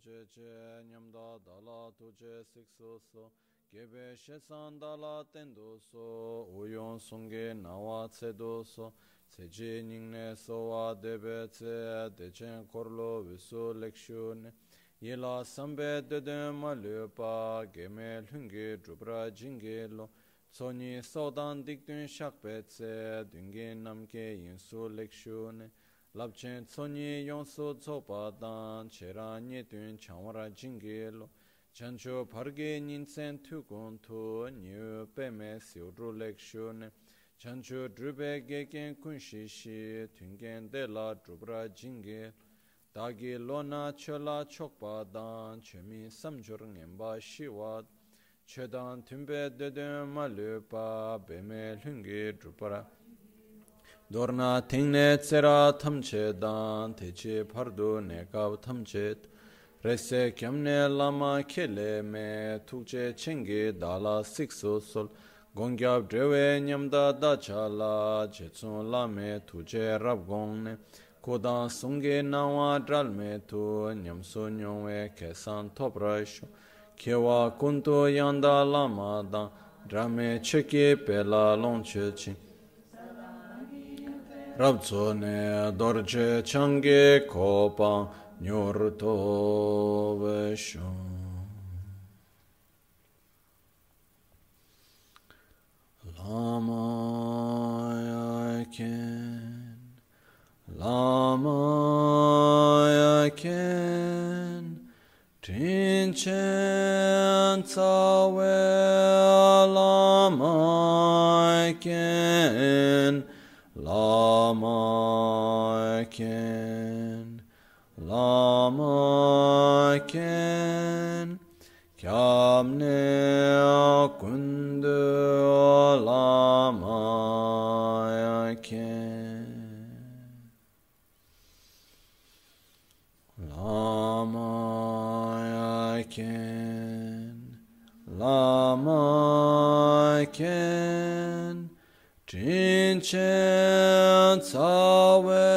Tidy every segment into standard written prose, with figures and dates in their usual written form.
tuje che nyamda dala tuje sikso so gebe shesan dala tendo so uyon sunge nawa tsedo so seji ningne so wa debe tse dechen korlo visu lekshune yela sambe dede malupa geme lungi drupra jingelo Soni sodan dikdun shakpe tse dungin namke yinsu lekshune Labchen soni yonsu tsopa dan chera nyetun chanwara jingelo Chancho parge ninsen tukun tu nyu peme siudru lekshune Chancho drube geken kunshishi tungen dela drubra jingelo Dagi lona chola chokpa dan chemi samjur ngemba shiwad Chedan tumbe dedem malupa beme lungi drupara Dorna tingne tsera thamche dan teche pardu nekav thamchet Rese kyamne lama kele me tukche chengi dala sikso sol Gongyab drewe nyamda dachala chetsun lame tuje rabgongne Kodan sunge nawa dralme tu nyamsu nyongwe kesan toprasho Kewa kunto yanda lama dan drame cheke pela lonchechi Rabzo ne dorje change kopan nyorto vesho Lama yaken Trinchen tsawe lamaken Kyamne kundu lamaken Lamaken Trinchen tsawe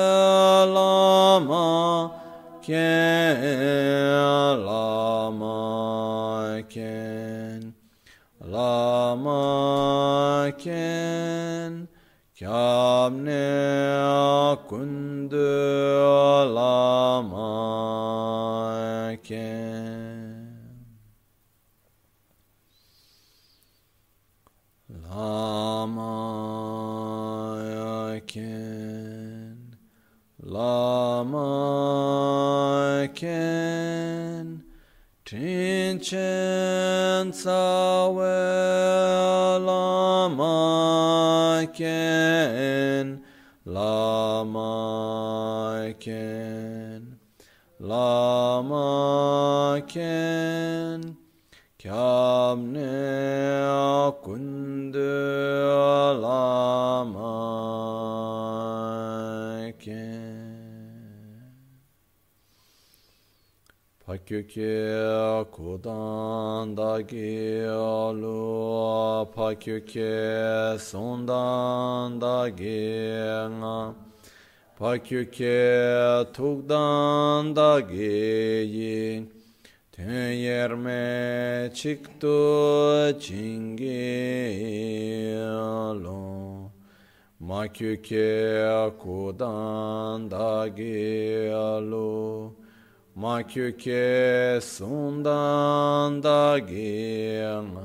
lamaken Kyamne kundu lamaken Lamaken Trinchen tsawe lamaken Kyamne kundu lamaken Pakyukye kudan dagi alu Pakyukye sondan dagi nga Pakyukye tukdan dagi yin Tön yerme çıktı çingilo Makyuke kudan dagi alu Makyuke sundan dagi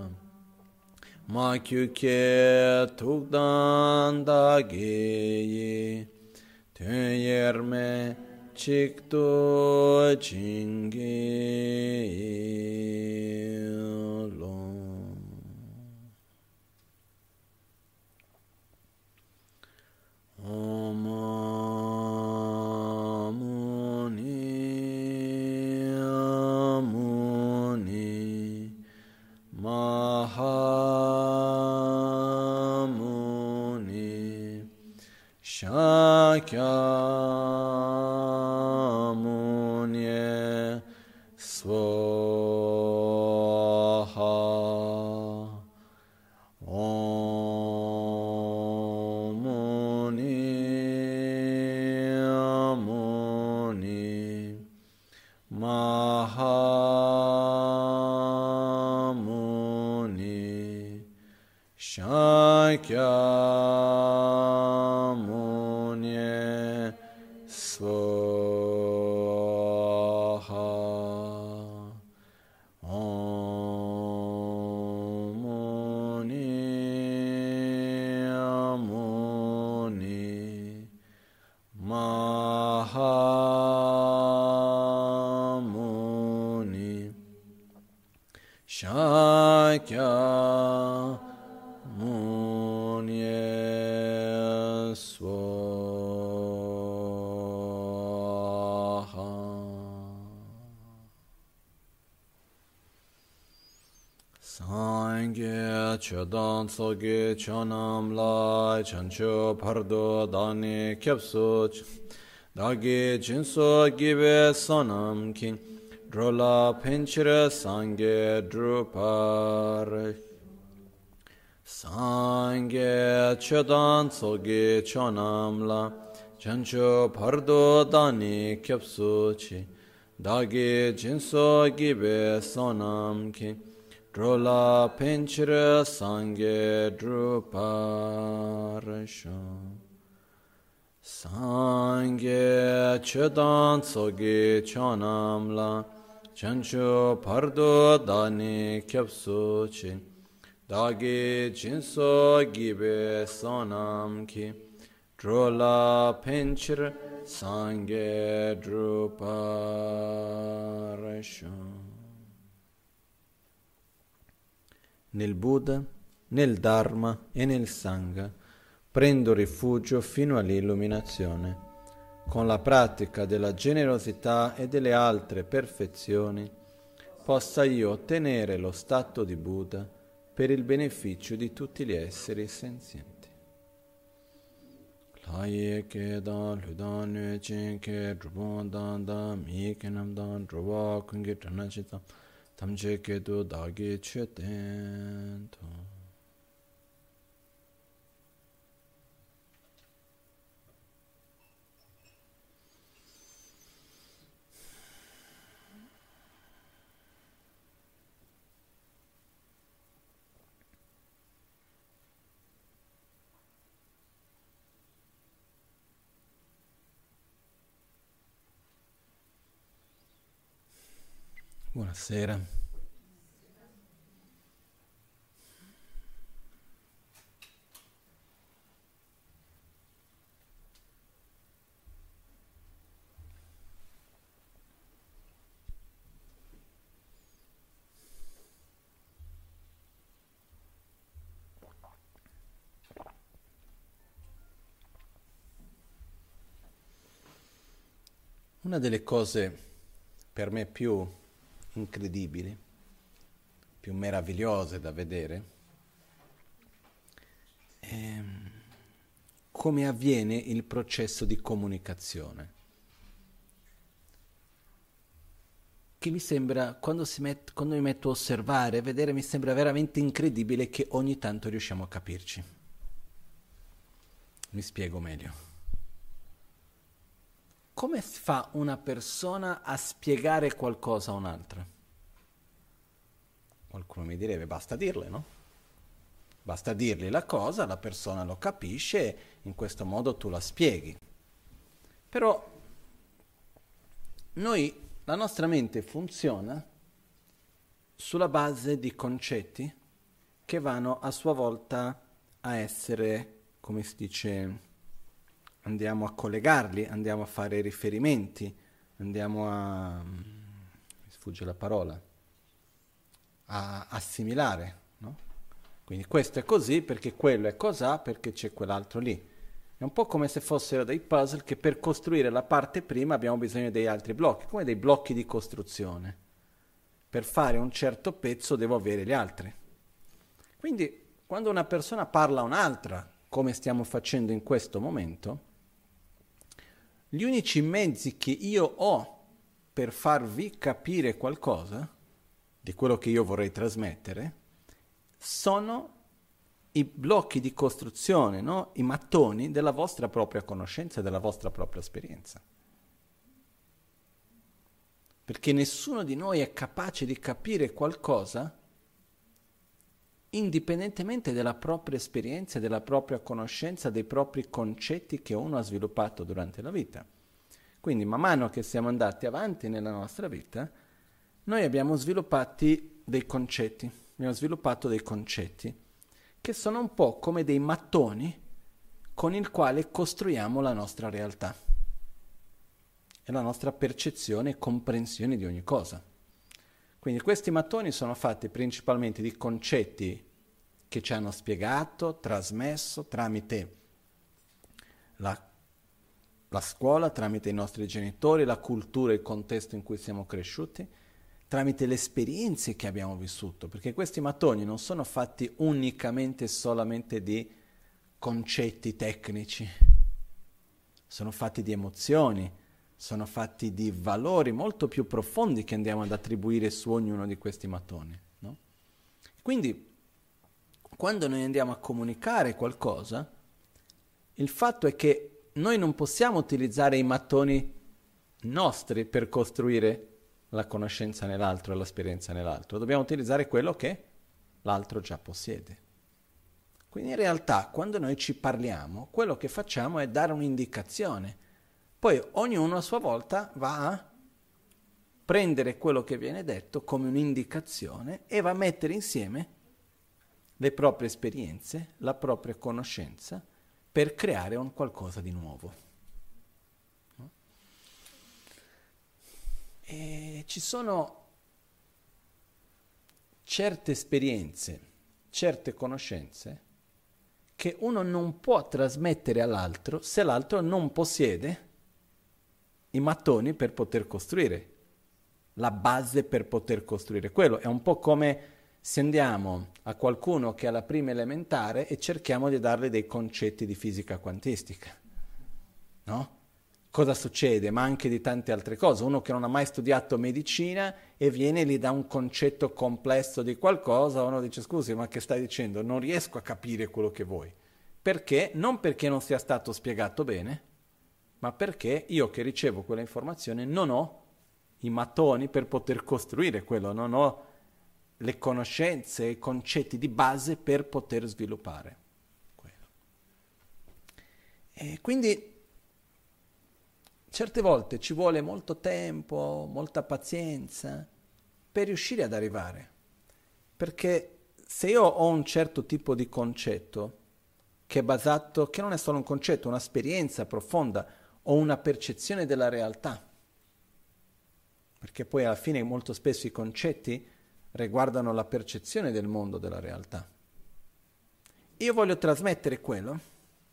Makyuke tukdan dagi Tön yerme çıktı çingilo Muni Mahamuni Shakyamuni Swaha Muni Mahamuni Shakyamuni Swaha Om Muni Muni Mahamuni Shakyamuni Swaha. Sangye Chodan Soge Chonam Lai Chancho Pardo Dani Kyapsuch Dagi Jinso Gibe Sonam King Drola Pinchira Sangye Drupar Sangye Chodan Soge Chonam La Chancho Pardo Dani Kyapsuchi Dagi Jinso Gibe Sonam King Drola Pinchira Sangye Druparasho Sangye Chodan Sogi Chonamla Chancho Pardo Dani Kyapsuchi Dagi Jinso Gibe Sonam Ki Drola Pinchira Sangye Druparasho. Nel Buddha, nel Dharma e nel Sangha prendo rifugio fino all'illuminazione. Con la pratica della generosità e delle altre perfezioni possa io ottenere lo stato di Buddha per il beneficio di tutti gli esseri senzienti. Laye ke da ludan ne chen ke drubon dan da mi ke nam dan druwa kungi tranachita tamche ke do dagi cheten to. Buonasera. Una delle cose per me più incredibili, più meravigliose da vedere, è come avviene il processo di comunicazione. Che mi sembra, quando mi metto a osservare, a vedere, mi sembra veramente incredibile che ogni tanto riusciamo a capirci. Mi spiego meglio. Come fa una persona a spiegare qualcosa a un'altra? Qualcuno mi direbbe, basta dirle, no? Basta dirgli la cosa, la persona lo capisce, in questo modo tu la spieghi. Però la nostra mente funziona sulla base di concetti che vanno a sua volta a essere, come si dice, andiamo a collegarli, andiamo a fare riferimenti, andiamo a, mi sfugge la parola, a assimilare, no? Quindi questo è così perché quello è cosà perché c'è quell'altro lì. È un po' come se fossero dei puzzle che per costruire la parte prima abbiamo bisogno degli altri blocchi, come dei blocchi di costruzione. Per fare un certo pezzo devo avere gli altri. Quindi quando una persona parla a un'altra, come stiamo facendo in questo momento, gli unici mezzi che io ho per farvi capire qualcosa di quello che io vorrei trasmettere sono i blocchi di costruzione, no? I mattoni della vostra propria conoscenza e della vostra propria esperienza. perché nessuno di noi è capace di capire qualcosa indipendentemente dalla propria esperienza, della propria conoscenza, dei propri concetti che uno ha sviluppato durante la vita. Quindi man mano che siamo andati avanti nella nostra vita, noi abbiamo sviluppato dei concetti che sono un po' come dei mattoni con il quale costruiamo la nostra realtà e la nostra percezione e comprensione di ogni cosa. Quindi questi mattoni sono fatti principalmente di concetti che ci hanno spiegato, trasmesso tramite la scuola, tramite i nostri genitori, la cultura e il contesto in cui siamo cresciuti, tramite le esperienze che abbiamo vissuto, perché questi mattoni non sono fatti unicamente e solamente di concetti tecnici, sono fatti di emozioni, sono fatti di valori molto più profondi che andiamo ad attribuire su ognuno di questi mattoni, no? Quindi, quando noi andiamo a comunicare qualcosa, il fatto è che noi non possiamo utilizzare i mattoni nostri per costruire la conoscenza nell'altro e l'esperienza nell'altro, dobbiamo utilizzare quello che l'altro già possiede. Quindi in realtà quando noi ci parliamo, quello che facciamo è dare un'indicazione. Poi ognuno a sua volta va a prendere quello che viene detto come un'indicazione e va a mettere insieme le proprie esperienze, la propria conoscenza, per creare un qualcosa di nuovo. No? E ci sono certe esperienze, certe conoscenze che uno non può trasmettere all'altro se l'altro non possiede i mattoni per poter costruire, la base per poter costruire quello. È un po' come se andiamo a qualcuno che ha la prima elementare e cerchiamo di darle dei concetti di fisica quantistica, no? Cosa succede? Ma anche di tante altre cose. Uno che non ha mai studiato medicina e viene e gli dà un concetto complesso di qualcosa, uno dice scusi, ma che stai dicendo? Non riesco a capire quello che vuoi. Perché? Non perché non sia stato spiegato bene, ma perché io che ricevo quella informazione non ho i mattoni per poter costruire quello, non ho le conoscenze e i concetti di base per poter sviluppare quello. E quindi certe volte ci vuole molto tempo, molta pazienza per riuscire ad arrivare, perché se io ho un certo tipo di concetto che è basato, che non è solo un concetto, un'esperienza profonda o una percezione della realtà, perché poi alla fine molto spesso i concetti riguardano la percezione del mondo, della realtà. Io voglio trasmettere quello.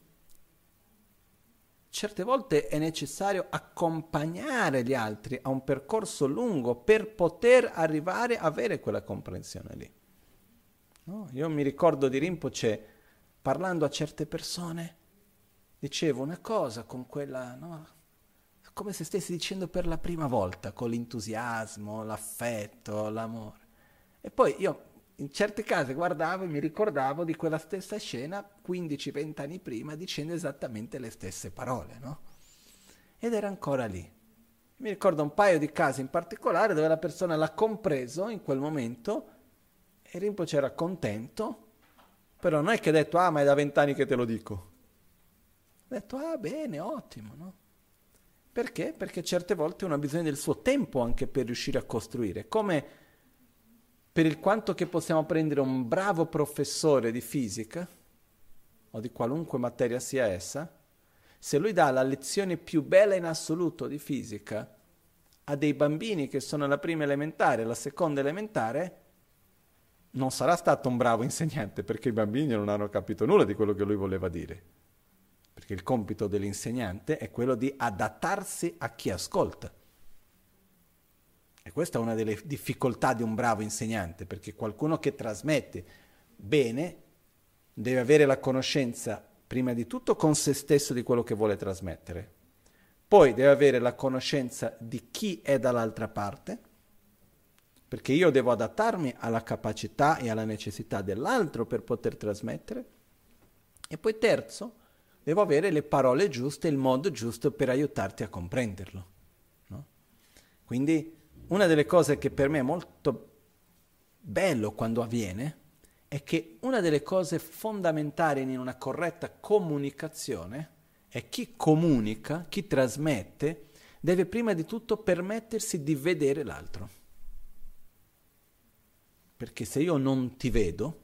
Certe volte è necessario accompagnare gli altri a un percorso lungo per poter arrivare a avere quella comprensione lì. No? Io mi ricordo di Rinpoche, parlando a certe persone, dicevo una cosa con quella, no? Come se stessi dicendo per la prima volta, con l'entusiasmo, l'affetto, l'amore. E poi io in certe case guardavo e mi ricordavo di quella stessa scena 15-20 anni prima dicendo esattamente le stesse parole, no? Ed era ancora lì. Mi ricordo un paio di casi in particolare dove la persona l'ha compreso in quel momento e Rinpoche era contento, però non è che ha detto ma è da 20 anni che te lo dico. Ha detto bene, ottimo, no? Perché? Perché certe volte uno ha bisogno del suo tempo anche per riuscire a costruire, come per il quanto che possiamo prendere un bravo professore di fisica o di qualunque materia sia essa, se lui dà la lezione più bella in assoluto di fisica a dei bambini che sono alla prima elementare e alla seconda elementare, non sarà stato un bravo insegnante perché i bambini non hanno capito nulla di quello che lui voleva dire. Perché il compito dell'insegnante è quello di adattarsi a chi ascolta. E questa è una delle difficoltà di un bravo insegnante, perché qualcuno che trasmette bene deve avere la conoscenza, prima di tutto, con se stesso di quello che vuole trasmettere. Poi deve avere la conoscenza di chi è dall'altra parte, perché io devo adattarmi alla capacità e alla necessità dell'altro per poter trasmettere. E poi terzo, devo avere le parole giuste, il modo giusto per aiutarti a comprenderlo. No? Quindi una delle cose che per me è molto bello quando avviene è che una delle cose fondamentali in una corretta comunicazione è chi comunica, chi trasmette, deve prima di tutto permettersi di vedere l'altro. Perché se io non ti vedo,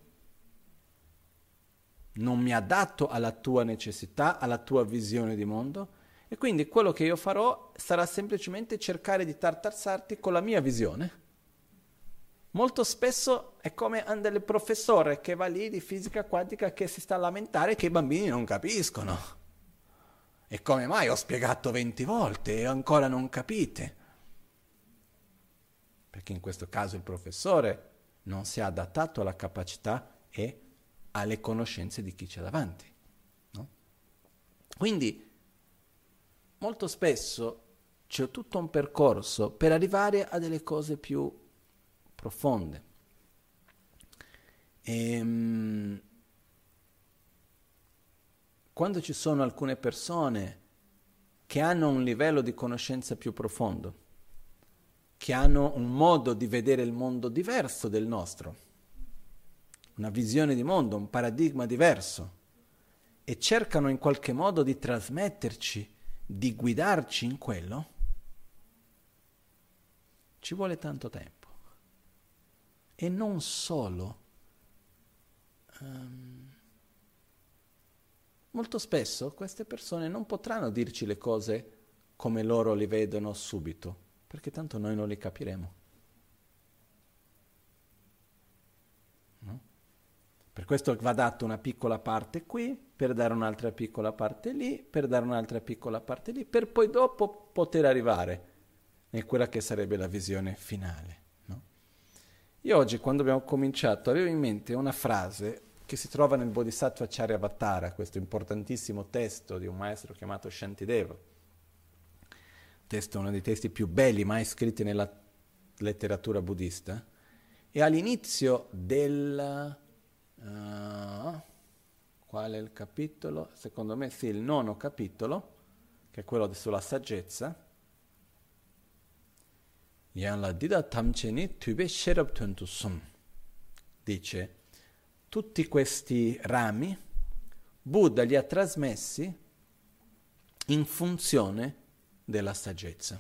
non mi adatto alla tua necessità, alla tua visione di mondo, e quindi quello che io farò sarà semplicemente cercare di tartarsarti con la mia visione. Molto spesso è come il professore che va lì di fisica quantica che si sta a lamentare che i bambini non capiscono. E come mai ho spiegato 20 volte e ancora non capite? Perché in questo caso il professore non si è adattato alla capacità e alle conoscenze di chi c'è davanti, no? Quindi molto spesso c'è tutto un percorso per arrivare a delle cose più profonde. Quando ci sono alcune persone che hanno un livello di conoscenza più profondo, che hanno un modo di vedere il mondo diverso del nostro, una visione di mondo, un paradigma diverso, e cercano in qualche modo di trasmetterci, di guidarci in quello, ci vuole tanto tempo. E non solo. Molto spesso queste persone non potranno dirci le cose come loro li vedono subito, perché tanto noi non li capiremo. No? Per questo va data una piccola parte qui, per dare un'altra piccola parte lì, per dare un'altra piccola parte lì, per poi dopo poter arrivare in quella che sarebbe la visione finale. No? Io oggi, quando abbiamo cominciato, avevo in mente una frase che si trova nel Bodhisattva Charyavatara, questo importantissimo testo di un maestro chiamato Shantideva. Testo, uno dei testi più belli mai scritti nella letteratura buddista. E all'inizio del... qual è il capitolo? Secondo me sì, il 9° capitolo, che è quello sulla saggezza. Dice, tutti questi rami Buddha li ha trasmessi in funzione della saggezza,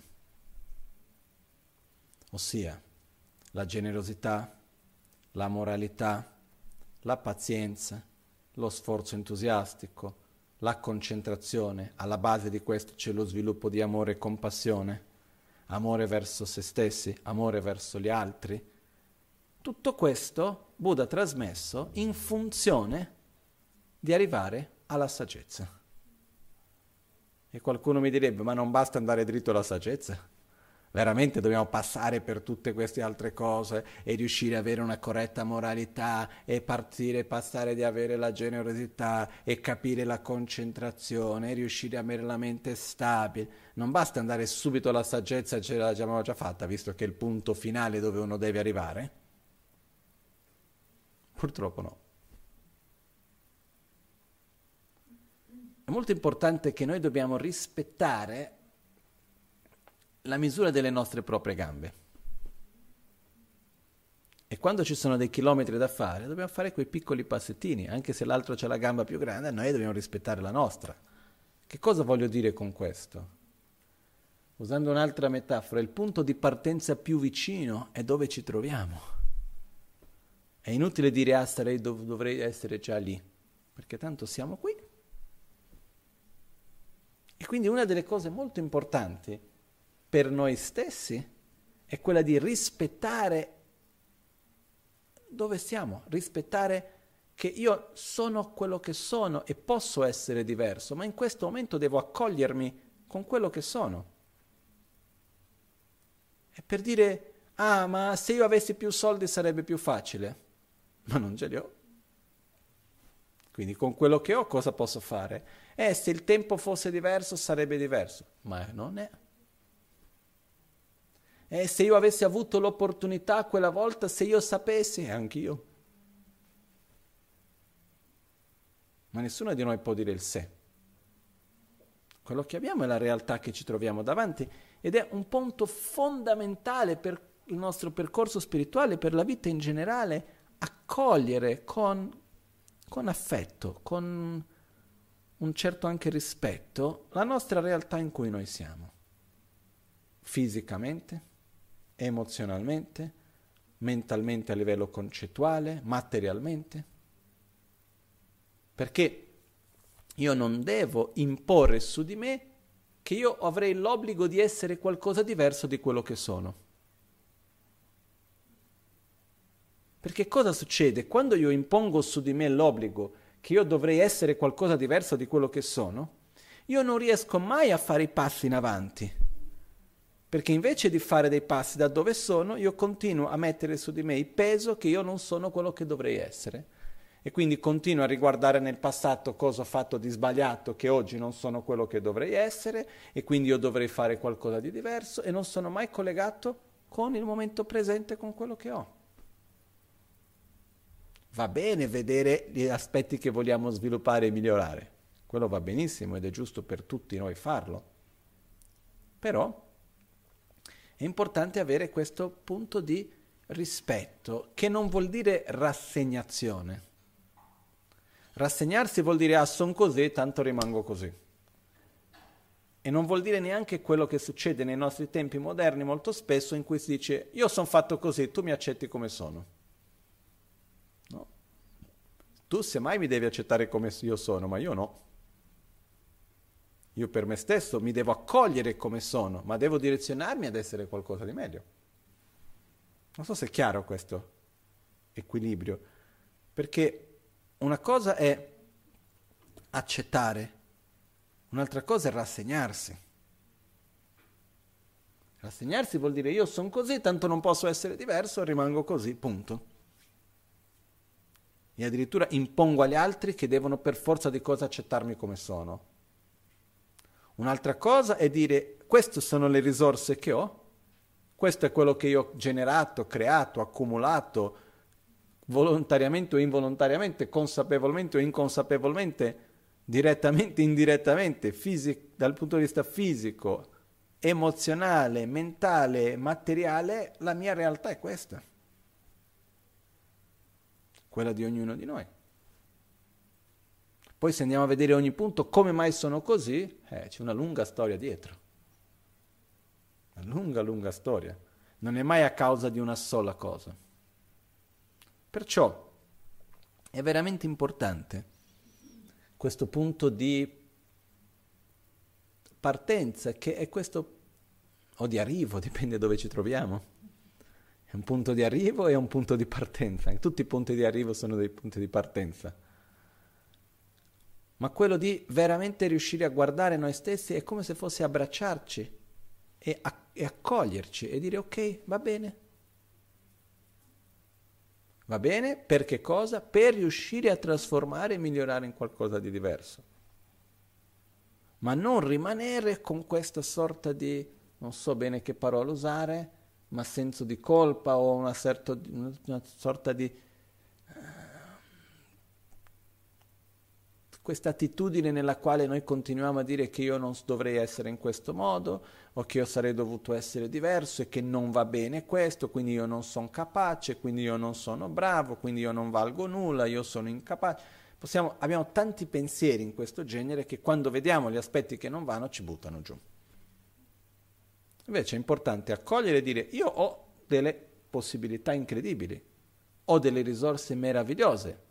ossia la generosità, la moralità, la pazienza, lo sforzo entusiastico, la concentrazione. Alla base di questo c'è lo sviluppo di amore e compassione, amore verso se stessi, amore verso gli altri. Tutto questo Buddha ha trasmesso in funzione di arrivare alla saggezza. E qualcuno mi direbbe, ma non basta andare dritto alla saggezza? Veramente dobbiamo passare per tutte queste altre cose e riuscire ad avere una corretta moralità e passare di avere la generosità e capire la concentrazione e riuscire a avere la mente stabile. Non basta andare subito alla saggezza, ce l'abbiamo già fatta, visto che è il punto finale dove uno deve arrivare? Purtroppo no. È molto importante che noi dobbiamo rispettare la misura delle nostre proprie gambe. E quando ci sono dei chilometri da fare, dobbiamo fare quei piccoli passettini, anche se l'altro c'ha la gamba più grande, noi dobbiamo rispettare la nostra. Che cosa voglio dire con questo? Usando un'altra metafora, il punto di partenza più vicino è dove ci troviamo. È inutile dire, dovrei essere già lì, perché tanto siamo qui. E quindi una delle cose molto importanti per noi stessi è quella di rispettare dove siamo, rispettare che io sono quello che sono e posso essere diverso, ma in questo momento devo accogliermi con quello che sono. E per dire, ma se io avessi più soldi sarebbe più facile, ma non ce li ho. Quindi con quello che ho cosa posso fare? Se il tempo fosse diverso sarebbe diverso, ma non è. Se io avessi avuto l'opportunità quella volta, se io sapessi, anch'io. Ma nessuno di noi può dire il sé. Quello che abbiamo è la realtà che ci troviamo davanti ed è un punto fondamentale per il nostro percorso spirituale, per la vita in generale, accogliere con affetto, con un certo anche rispetto, la nostra realtà in cui noi siamo, fisicamente, emozionalmente, mentalmente a livello concettuale, materialmente, perché io non devo imporre su di me che io avrei l'obbligo di essere qualcosa diverso di quello che sono. Perché cosa succede? Quando io impongo su di me l'obbligo che io dovrei essere qualcosa diverso di quello che sono, io non riesco mai a fare i passi in avanti. Perché invece di fare dei passi da dove sono, io continuo a mettere su di me il peso che io non sono quello che dovrei essere. E quindi continuo a riguardare nel passato cosa ho fatto di sbagliato, che oggi non sono quello che dovrei essere, e quindi io dovrei fare qualcosa di diverso, e non sono mai collegato con il momento presente, con quello che ho. Va bene vedere gli aspetti che vogliamo sviluppare e migliorare, quello va benissimo ed è giusto per tutti noi farlo, però è importante avere questo punto di rispetto, che non vuol dire rassegnazione. Rassegnarsi vuol dire sono così, tanto rimango così. E non vuol dire neanche quello che succede nei nostri tempi moderni molto spesso, in cui si dice io sono fatto così, tu mi accetti come sono. No. Tu semmai mi devi accettare come io sono, ma io no. Io per me stesso mi devo accogliere come sono, ma devo direzionarmi ad essere qualcosa di meglio. Non so se è chiaro questo equilibrio, perché una cosa è accettare, un'altra cosa è rassegnarsi. Rassegnarsi vuol dire io sono così, tanto non posso essere diverso, rimango così, punto. E addirittura impongo agli altri che devono per forza di cosa accettarmi come sono. Un'altra cosa è dire queste sono le risorse che ho, questo è quello che io ho generato, creato, accumulato, volontariamente o involontariamente, consapevolmente o inconsapevolmente, direttamente o indirettamente, dal punto di vista fisico, emozionale, mentale, materiale, la mia realtà è questa, quella di ognuno di noi. Poi se andiamo a vedere ogni punto come mai sono così, c'è una lunga storia dietro. Una lunga storia. Non è mai a causa di una sola cosa. Perciò è veramente importante questo punto di partenza, che è questo, o di arrivo, dipende dove ci troviamo. È un punto di arrivo e un punto di partenza. Tutti i punti di arrivo sono dei punti di partenza. Ma quello di veramente riuscire a guardare noi stessi è come se fosse abbracciarci e accoglierci e dire ok, va bene. Va bene? Per che cosa? Per riuscire a trasformare e migliorare in qualcosa di diverso. Ma non rimanere con questa sorta di, non so bene che parola usare, ma senso di colpa o una sorta di questa attitudine nella quale noi continuiamo a dire che io non dovrei essere in questo modo, o che io sarei dovuto essere diverso e che non va bene questo, quindi io non sono capace, quindi io non sono bravo, quindi io non valgo nulla, io sono incapace. Abbiamo tanti pensieri in questo genere che quando vediamo gli aspetti che non vanno ci buttano giù. Invece è importante accogliere e dire io ho delle possibilità incredibili, ho delle risorse meravigliose.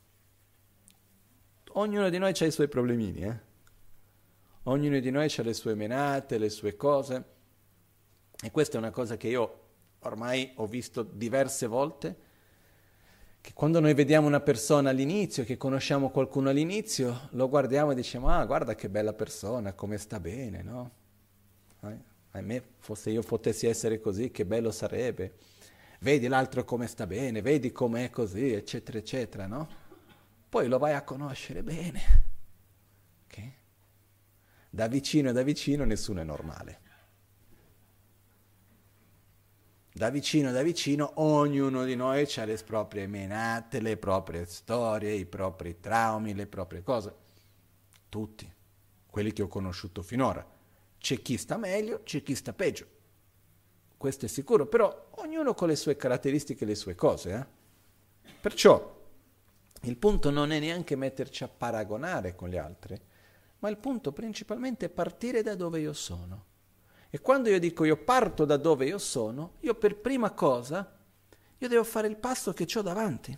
Ognuno di noi ha i suoi problemini, Ognuno di noi ha le sue menate, le sue cose, e questa è una cosa che io ormai ho visto diverse volte, che quando noi vediamo una persona all'inizio, che conosciamo qualcuno all'inizio, lo guardiamo e diciamo guarda che bella persona, come sta bene, no? A me, se io potessi essere così, che bello sarebbe. Vedi l'altro come sta bene, vedi com'è così, eccetera, eccetera, no? Poi lo vai a conoscere bene. Okay? Da vicino nessuno è normale. Da vicino ognuno di noi ha le proprie menate, le proprie storie, i propri traumi, le proprie cose. Tutti, quelli che ho conosciuto finora. C'è chi sta meglio, c'è chi sta peggio. Questo è sicuro, però ognuno con le sue caratteristiche e le sue cose. Perciò il punto non è neanche metterci a paragonare con gli altri, ma il punto principalmente è partire da dove io sono. E quando io dico io parto da dove io sono, io per prima cosa, io devo fare il passo che ho davanti.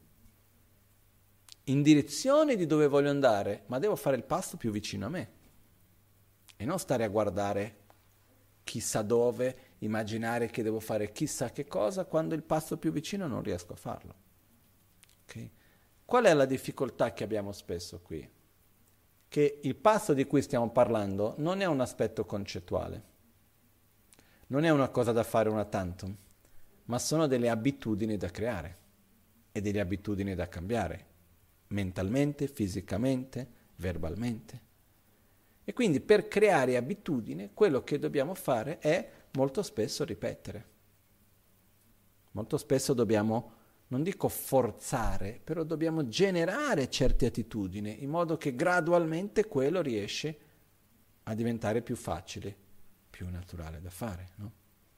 In direzione di dove voglio andare, ma devo fare il passo più vicino a me. E non stare a guardare chissà dove, immaginare che devo fare chissà che cosa, quando il passo più vicino non riesco a farlo. Okay? Qual è la difficoltà che abbiamo spesso qui? Che il passo di cui stiamo parlando non è un aspetto concettuale, non è una cosa da fare una tantum, ma sono delle abitudini da creare e delle abitudini da cambiare, mentalmente, fisicamente, verbalmente. E quindi per creare abitudini, quello che dobbiamo fare è molto spesso ripetere. Molto spesso dobbiamo, non dico forzare, però dobbiamo generare certe attitudini in modo che gradualmente quello riesce a diventare più facile, più naturale da fare, no?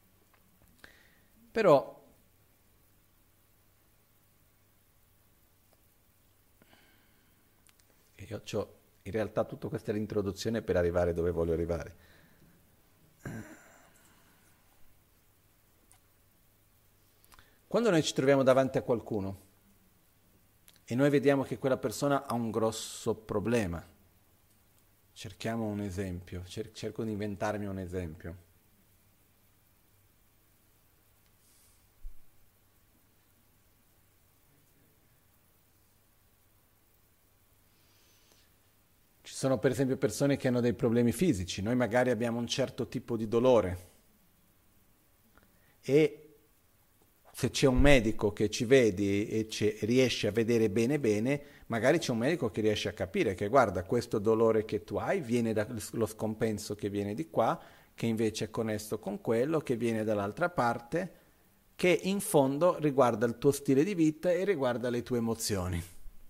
Però io ho in realtà tutta questa è l'introduzione per arrivare dove voglio arrivare. Quando noi ci troviamo davanti a qualcuno e noi vediamo che quella persona ha un grosso problema, cerchiamo un esempio, cerco di inventarmi un esempio. Ci sono per esempio persone che hanno dei problemi fisici, noi magari abbiamo un certo tipo di dolore e se c'è un medico che ci vedi e riesce a vedere bene bene, magari c'è un medico che riesce a capire che guarda, questo dolore che tu hai viene dallo scompenso che viene di qua, che invece è connesso con quello, che viene dall'altra parte, che in fondo riguarda il tuo stile di vita e riguarda le tue emozioni.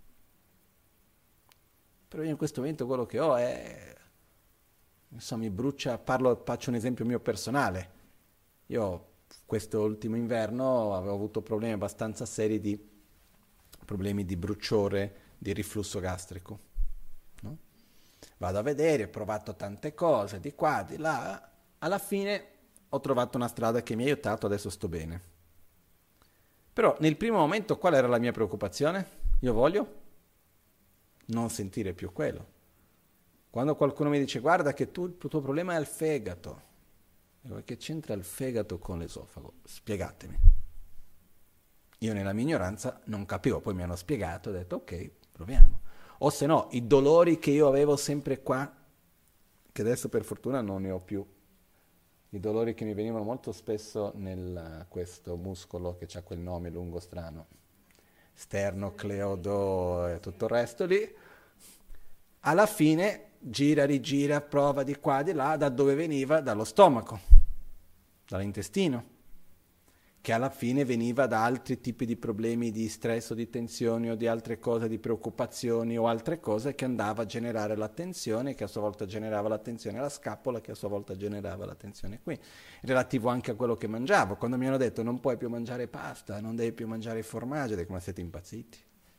Però io in questo momento quello che ho è, insomma, mi brucia, faccio un esempio mio personale. Io questo ultimo inverno avevo avuto problemi abbastanza seri di problemi di bruciore, di riflusso gastrico. No? Vado a vedere, ho provato tante cose, di qua, di là. Alla fine ho trovato una strada che mi ha aiutato, adesso sto bene. Però nel primo momento qual era la mia preoccupazione? Io voglio non sentire più quello. Quando qualcuno mi dice guarda che il tuo problema è il fegato, dico, che c'entra il fegato con l'esofago? Spiegatemi. Io nella mia ignoranza non capivo, poi mi hanno spiegato, ho detto ok, proviamo. O se no, i dolori che io avevo sempre qua, che adesso per fortuna non ne ho più, i dolori che mi venivano molto spesso nel questo muscolo che ha quel nome lungo strano, sternocleido e tutto il resto lì, alla fine gira, rigira, prova di qua, di là, da dove veniva? Dallo stomaco, dall'intestino, che alla fine veniva da altri tipi di problemi di stress o di tensioni o di altre cose, di preoccupazioni o altre cose che andava a generare la tensione, che a sua volta generava la tensione alla scapola, che a sua volta generava la tensione qui, relativo anche a quello che mangiavo. Quando mi hanno detto non puoi più mangiare pasta, non devi più mangiare formaggio, dico ma siete impazziti?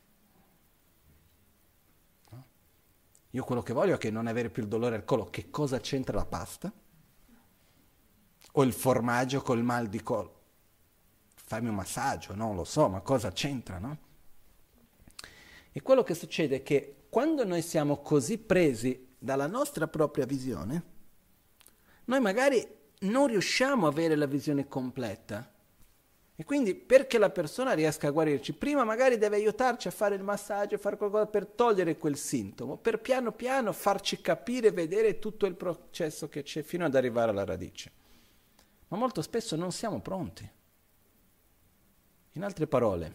No? Io quello che voglio è che non avere più il dolore al collo. Che cosa c'entra la pasta? O il formaggio col mal di collo? Fammi un massaggio, non lo so, ma cosa c'entra, no? E quello che succede è che quando noi siamo così presi dalla nostra propria visione, noi magari non riusciamo a avere la visione completa. E quindi perché la persona riesca a guarirci, prima magari deve aiutarci a fare il massaggio, fare qualcosa per togliere quel sintomo, per piano piano farci capire, vedere tutto il processo che c'è fino ad arrivare alla radice. Ma molto spesso non siamo pronti. In altre parole,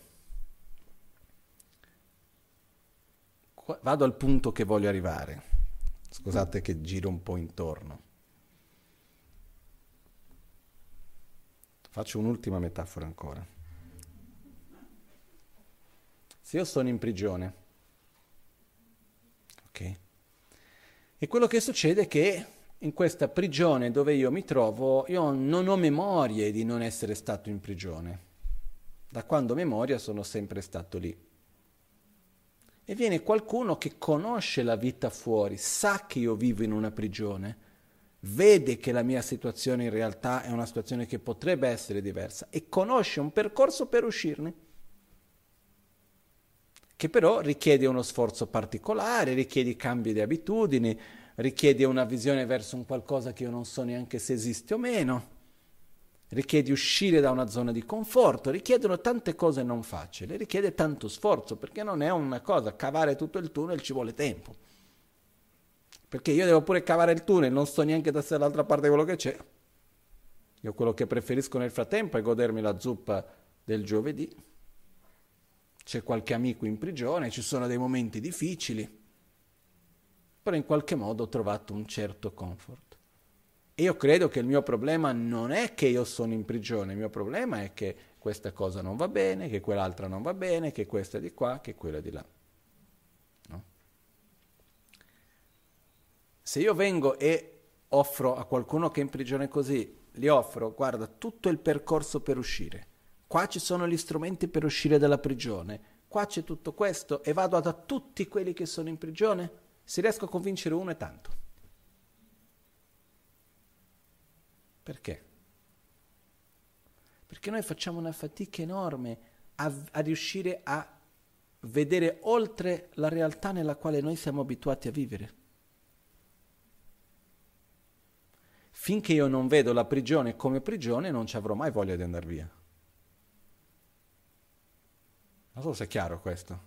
vado al punto che voglio arrivare. Scusate che giro un po' intorno. Faccio un'ultima metafora ancora. Se io sono in prigione, ok? E quello che succede è che in questa prigione dove io mi trovo, io non ho memorie di non essere stato in prigione. Da quando ho memoria sono sempre stato lì. E viene qualcuno che conosce la vita fuori, sa che io vivo in una prigione, vede che la mia situazione in realtà è una situazione che potrebbe essere diversa e conosce un percorso per uscirne, che però richiede uno sforzo particolare, richiede cambi di abitudini, richiede una visione verso un qualcosa che io non so neanche se esiste o meno, richiede uscire da una zona di conforto, richiedono tante cose non facili, richiede tanto sforzo, perché non è una cosa, cavare tutto il tunnel ci vuole tempo. Perché io devo pure cavare il tunnel, non so neanche dall'altra parte di quello che c'è. Io quello che preferisco nel frattempo è godermi la zuppa del giovedì. C'è qualche amico in prigione, ci sono dei momenti difficili, però in qualche modo ho trovato un certo comfort. E io credo che il mio problema non è che io sono in prigione, il mio problema è che questa cosa non va bene, che quell'altra non va bene, che questa è di qua, che quella di là. No? Se io vengo e offro a qualcuno che è in prigione così, gli offro, guarda, tutto il percorso per uscire. Qua ci sono gli strumenti per uscire dalla prigione, qua c'è tutto questo e vado da tutti quelli che sono in prigione, se riesco a convincere uno è tanto. Perché? Perché noi facciamo una fatica enorme a riuscire a vedere oltre la realtà nella quale noi siamo abituati a vivere. Finché io non vedo la prigione come prigione, non ci avrò mai voglia di andare via. Non so se è chiaro questo.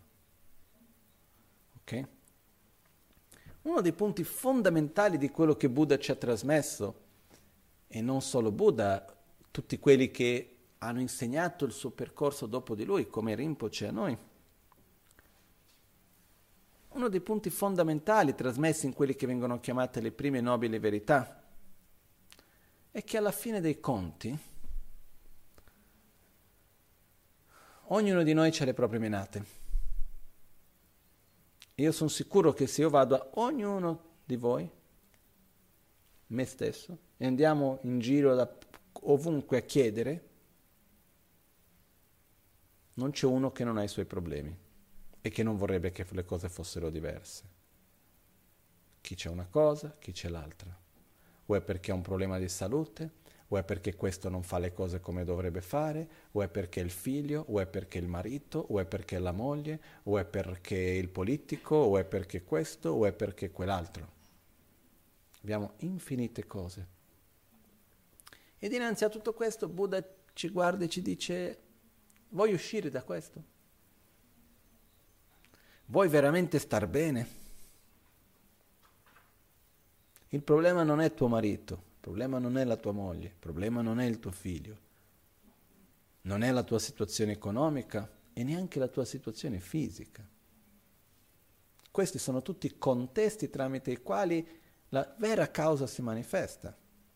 Ok? Uno dei punti fondamentali di quello che Buddha ci ha trasmesso, e non solo Buddha, tutti quelli che hanno insegnato il suo percorso dopo di lui, come Rinpoche a noi, uno dei punti fondamentali trasmessi in quelli che vengono chiamate le prime nobili verità, è che alla fine dei conti ognuno di noi ha le proprie menate. Io sono sicuro che se io vado a ognuno di voi, me stesso, e andiamo in giro da ovunque a chiedere, non c'è uno che non ha i suoi problemi e che non vorrebbe che le cose fossero diverse. Chi c'è una cosa, chi c'è l'altra. O è perché ha un problema di salute, o è perché questo non fa le cose come dovrebbe fare, o è perché il figlio, o è perché il marito, o è perché la moglie, o è perché il politico, o è perché questo, o è perché quell'altro. Abbiamo infinite cose. E dinanzi a tutto questo Buddha ci guarda e ci dice: vuoi uscire da questo? Vuoi veramente star bene? Il problema non è tuo marito, il problema non è la tua moglie, il problema non è il tuo figlio, non è la tua situazione economica e neanche la tua situazione fisica. Questi sono tutti contesti tramite i quali la vera causa si manifesta.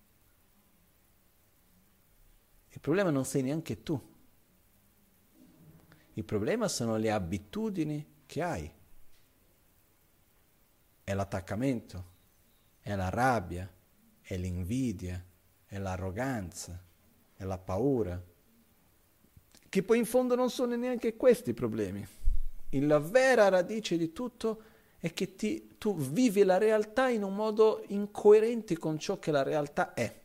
Il problema non sei neanche tu. Il problema sono le abitudini che hai. È l'attaccamento, è la rabbia, è l'invidia, è l'arroganza, è la paura. Che poi in fondo non sono neanche questi i problemi. La vera radice di tutto è che tu vivi la realtà in un modo incoerente con ciò che la realtà è.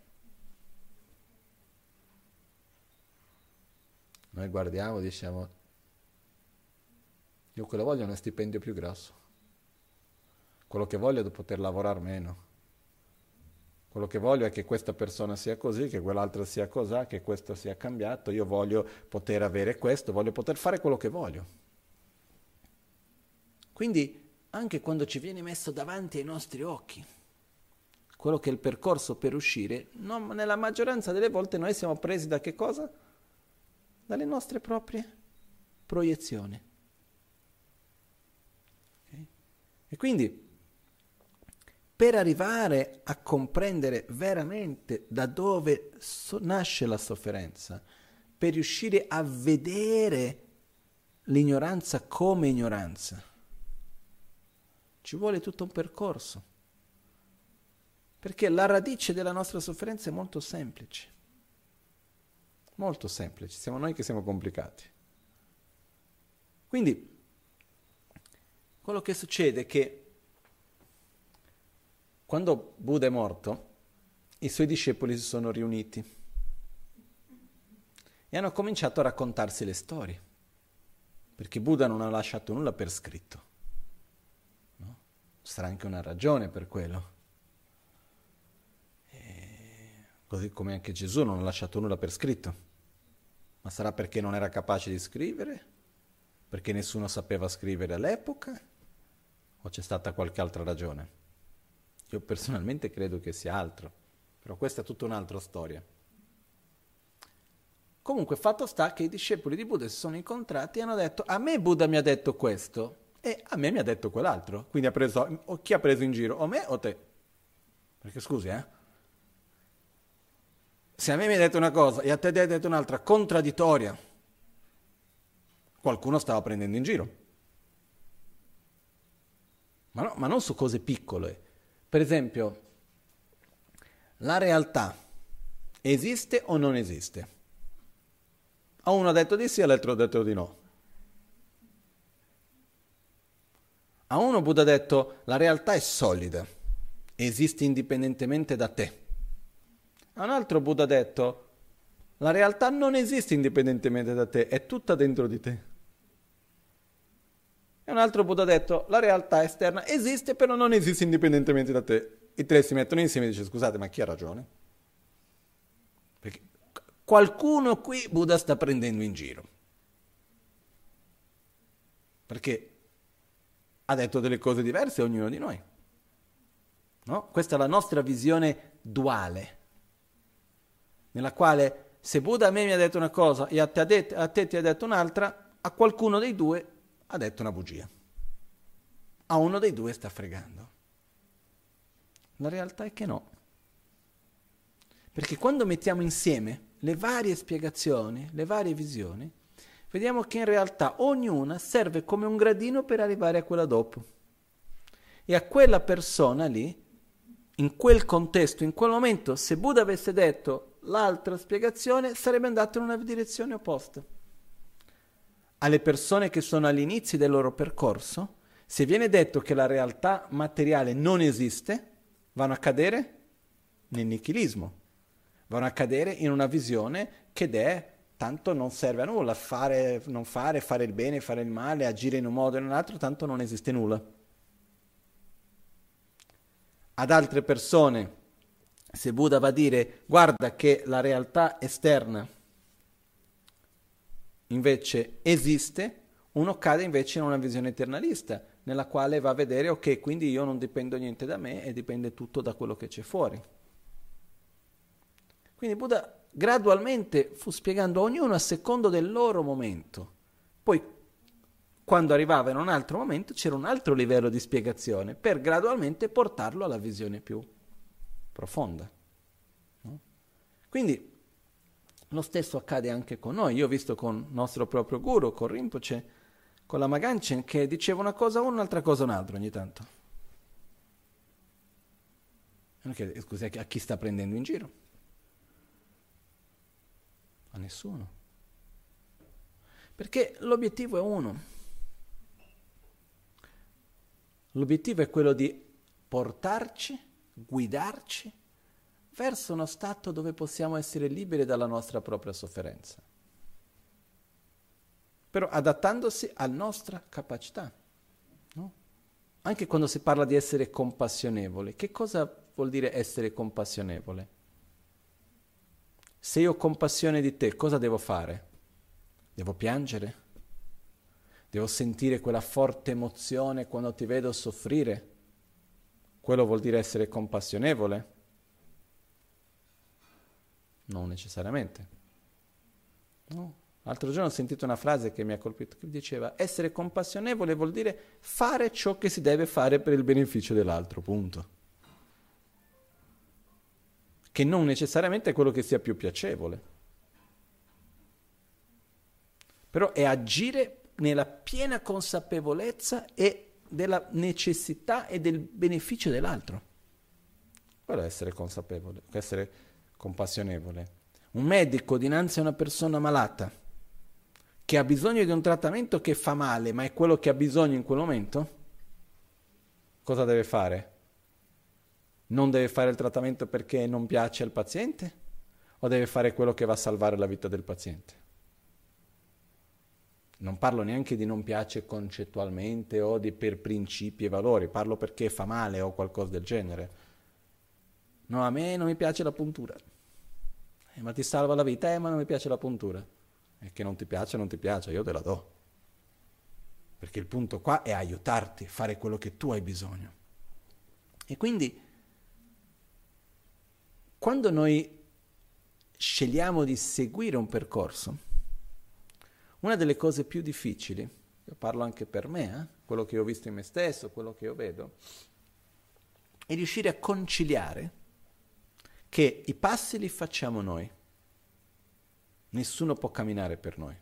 Noi guardiamo e diciamo: io quello voglio uno stipendio più grosso, quello che voglio è di poter lavorare meno, quello che voglio è che questa persona sia così, che quell'altra sia così, che questo sia cambiato, io voglio poter avere questo, voglio poter fare quello che voglio. Quindi anche quando ci viene messo davanti ai nostri occhi quello che è il percorso per uscire, nella maggioranza delle volte noi siamo presi da che cosa? Dalle nostre proprie proiezioni. Okay? E quindi per arrivare a comprendere veramente da dove nasce la sofferenza, per riuscire a vedere l'ignoranza come ignoranza, ci vuole tutto un percorso. Perché la radice della nostra sofferenza è molto semplice. Molto semplice, siamo noi che siamo complicati. Quindi, quello che succede è che quando Buddha è morto, i suoi discepoli si sono riuniti e hanno cominciato a raccontarsi le storie, perché Buddha non ha lasciato nulla per scritto. No? Sarà anche una ragione per quello. Così come anche Gesù non ha lasciato nulla per scritto. Ma sarà perché non era capace di scrivere? Perché nessuno sapeva scrivere all'epoca? O c'è stata qualche altra ragione? Io personalmente credo che sia altro, però questa è tutta un'altra storia. Comunque fatto sta che i discepoli di Buddha si sono incontrati e hanno detto: a me Buddha mi ha detto questo e a me mi ha detto quell'altro. Quindi chi ha preso in giro? O me o te? Perché scusi, se a me mi hai detto una cosa e a te ti hai detto un'altra contraddittoria, qualcuno stava prendendo in giro. Ma non su cose piccole. Per esempio, la realtà esiste o non esiste? A uno ha detto di sì, all'altro ha detto di no. A uno Buddha ha detto: la realtà è solida, esiste indipendentemente da te. A un altro Buddha ha detto: la realtà non esiste indipendentemente da te, è tutta dentro di te. E un altro Buddha ha detto: la realtà esterna esiste, però non esiste indipendentemente da te. I tre si mettono insieme e dice: scusate, ma chi ha ragione? Perché qualcuno qui Buddha sta prendendo in giro. Perché ha detto delle cose diverse ognuno di noi. No? Questa è la nostra visione duale, nella quale se Buddha a me mi ha detto una cosa e a te ti ha detto un'altra, a qualcuno dei due ha detto una bugia. A uno dei due sta fregando. La realtà è che no. Perché quando mettiamo insieme le varie spiegazioni, le varie visioni, vediamo che in realtà ognuna serve come un gradino per arrivare a quella dopo. E a quella persona lì, in quel contesto, in quel momento, se Buddha avesse detto l'altra spiegazione, sarebbe andato in una direzione opposta. Alle persone che sono all'inizio del loro percorso, se viene detto che la realtà materiale non esiste, vanno a cadere nel nichilismo, vanno a cadere in una visione che è tanto non serve a nulla, fare il bene, fare il male, agire in un modo o in un altro, tanto non esiste nulla. Ad altre persone, se Buddha va a dire: guarda che la realtà esterna invece esiste, uno cade invece in una visione eternalista, nella quale va a vedere: ok, quindi io non dipendo niente da me e dipende tutto da quello che c'è fuori. Quindi Buddha gradualmente fu spiegando a ognuno a secondo del loro momento. Poi, quando arrivava in un altro momento, c'era un altro livello di spiegazione per gradualmente portarlo alla visione più profonda. No? Quindi lo stesso accade anche con noi. Io ho visto con il nostro proprio guru, con Rinpoche, con la Maganchen, che diceva una cosa uno, un'altra cosa un'altra ogni tanto. Scusi, a chi sta prendendo in giro? A nessuno. Perché l'obiettivo è uno. L'obiettivo è quello di portarci, guidarci verso uno stato dove possiamo essere liberi dalla nostra propria sofferenza. Però adattandosi alla nostra capacità. No? Anche quando si parla di essere compassionevole, che cosa vuol dire essere compassionevole? Se io ho compassione di te, cosa devo fare? Devo piangere? Devo sentire quella forte emozione quando ti vedo soffrire? Quello vuol dire essere compassionevole? Non necessariamente. No. L'altro giorno ho sentito una frase che mi ha colpito, che diceva: essere compassionevole vuol dire fare ciò che si deve fare per il beneficio dell'altro, punto. Che non necessariamente è quello che sia più piacevole. Però è agire nella piena consapevolezza e della necessità e del beneficio dell'altro. quello è essere consapevole, essere compassionevole. Un medico dinanzi a una persona malata che ha bisogno di un trattamento che fa male, ma è quello che ha bisogno in quel momento, cosa deve fare? Non deve fare il trattamento perché non piace al paziente? O deve fare quello che va a salvare la vita del paziente? Non parlo neanche di non piace concettualmente o di per principi e valori, parlo perché fa male o qualcosa del genere. No, a me non mi piace la puntura. Ma ti salva la vita, ma non mi piace la puntura. E che non ti piace, non ti piace, io te la do. Perché il punto qua è aiutarti a fare quello che tu hai bisogno. E quindi, quando noi scegliamo di seguire un percorso, una delle cose più difficili, io parlo anche per me, quello che ho visto in me stesso, quello che io vedo, è riuscire a conciliare che i passi li facciamo noi, nessuno può camminare per noi.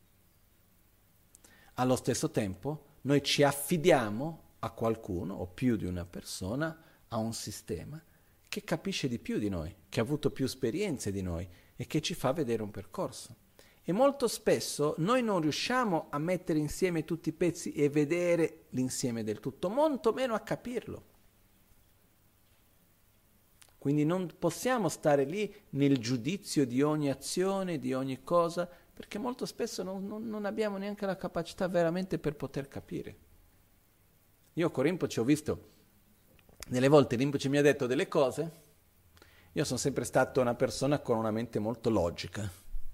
Allo stesso tempo noi ci affidiamo a qualcuno o più di una persona, a un sistema che capisce di più di noi, che ha avuto più esperienze di noi e che ci fa vedere un percorso. E molto spesso noi non riusciamo a mettere insieme tutti i pezzi e vedere l'insieme del tutto, molto meno a capirlo. Quindi non possiamo stare lì nel giudizio di ogni azione, di ogni cosa, perché molto spesso non abbiamo neanche la capacità veramente per poter capire. Io con Rinpoche ho visto, delle volte Rinpoche mi ha detto delle cose, io sono sempre stato una persona con una mente molto logica.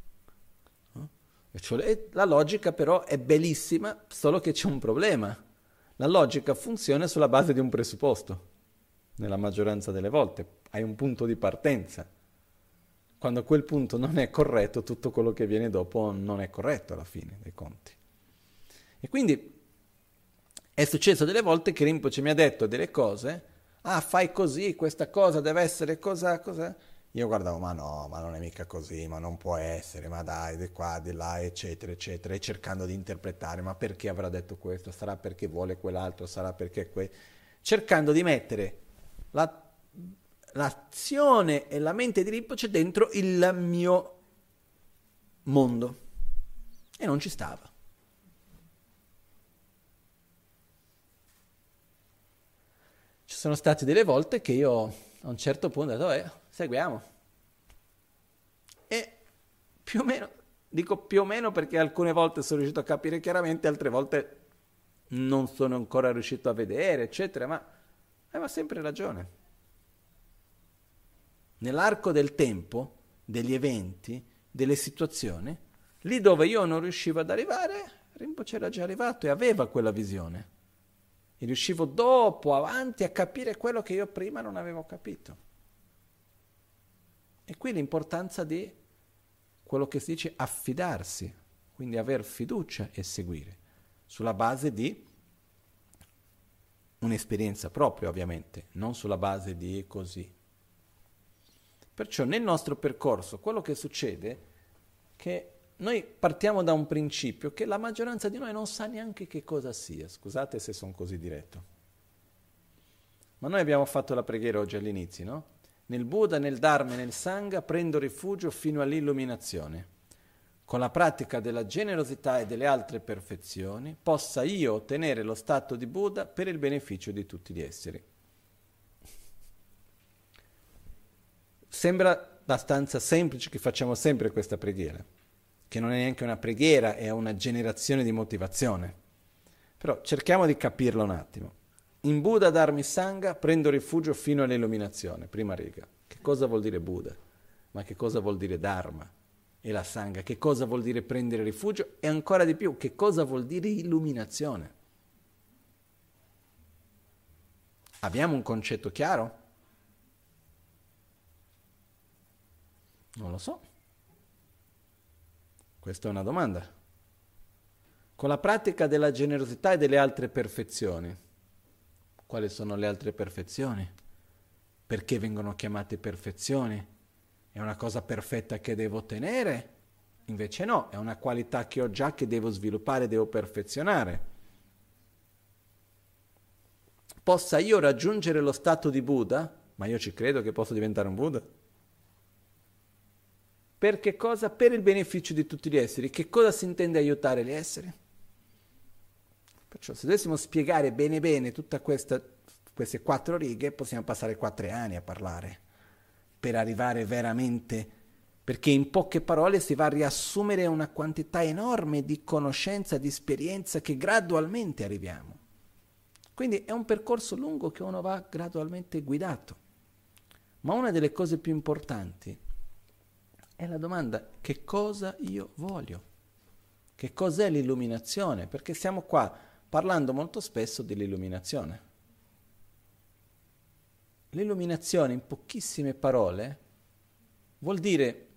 E la logica però è bellissima, solo che c'è un problema. La logica funziona sulla base di un presupposto, nella maggioranza delle volte. Hai un punto di partenza. Quando quel punto non è corretto, tutto quello che viene dopo non è corretto alla fine dei conti. E quindi è successo delle volte che Rinpoche mi ha detto delle cose, fai così, questa cosa deve essere cos'è. Io guardavo, ma no, ma non è mica così, ma non può essere, ma dai, di qua, di là, eccetera, eccetera, e cercando di interpretare, ma perché avrà detto questo? Sarà perché vuole quell'altro, sarà perché cercando di mettere l'azione e la mente di Rinpoche dentro il mio mondo. E non ci stava. Ci sono state delle volte che io a un certo punto ho detto, seguiamo. E più o meno, dico più o meno perché alcune volte sono riuscito a capire chiaramente, altre volte non sono ancora riuscito a vedere, eccetera, ma aveva sempre ragione. Nell'arco del tempo, degli eventi, delle situazioni, lì dove io non riuscivo ad arrivare, Rinpoche era già arrivato e aveva quella visione. E riuscivo dopo, avanti, a capire quello che io prima non avevo capito. E qui l'importanza di quello che si dice affidarsi, quindi aver fiducia e seguire, sulla base di un'esperienza propria ovviamente, non sulla base di così. Perciò nel nostro percorso quello che succede è che noi partiamo da un principio che la maggioranza di noi non sa neanche che cosa sia, scusate se sono così diretto. Ma noi abbiamo fatto la preghiera oggi all'inizio, no? Nel Buddha, nel Dharma e nel Sangha prendo rifugio fino all'illuminazione. Con la pratica della generosità e delle altre perfezioni possa io ottenere lo stato di Buddha per il beneficio di tutti gli esseri. Sembra abbastanza semplice che facciamo sempre questa preghiera, che non è neanche una preghiera, è una generazione di motivazione. Però cerchiamo di capirla un attimo. In Buddha, Dharma e Sangha prendo rifugio fino all'illuminazione, prima riga. Che cosa vuol dire Buddha? Ma che cosa vuol dire Dharma e la Sangha? Che cosa vuol dire prendere rifugio? E ancora di più, che cosa vuol dire illuminazione? Abbiamo un concetto chiaro? Non lo so. Questa è una domanda. Con la pratica della generosità e delle altre perfezioni, quali sono le altre perfezioni? Perché vengono chiamate perfezioni? È una cosa perfetta che devo ottenere? Invece no, è una qualità che ho già, che devo sviluppare, devo perfezionare. Possa io raggiungere lo stato di Buddha Ma io ci credo che posso diventare un Buddha. Per che cosa? Per il beneficio di tutti gli esseri. Che cosa si intende aiutare gli esseri? Perciò se dovessimo spiegare bene bene tutte queste 4 righe, possiamo passare 4 anni a parlare, per arrivare veramente, perché in poche parole si va a riassumere una quantità enorme di conoscenza, di esperienza che gradualmente arriviamo. Quindi è un percorso lungo che uno va gradualmente guidato. Ma una delle cose più importanti è la domanda: che cosa io voglio? Che cos'è l'illuminazione? Perché siamo qua parlando molto spesso dell'illuminazione. L'illuminazione, in pochissime parole, vuol dire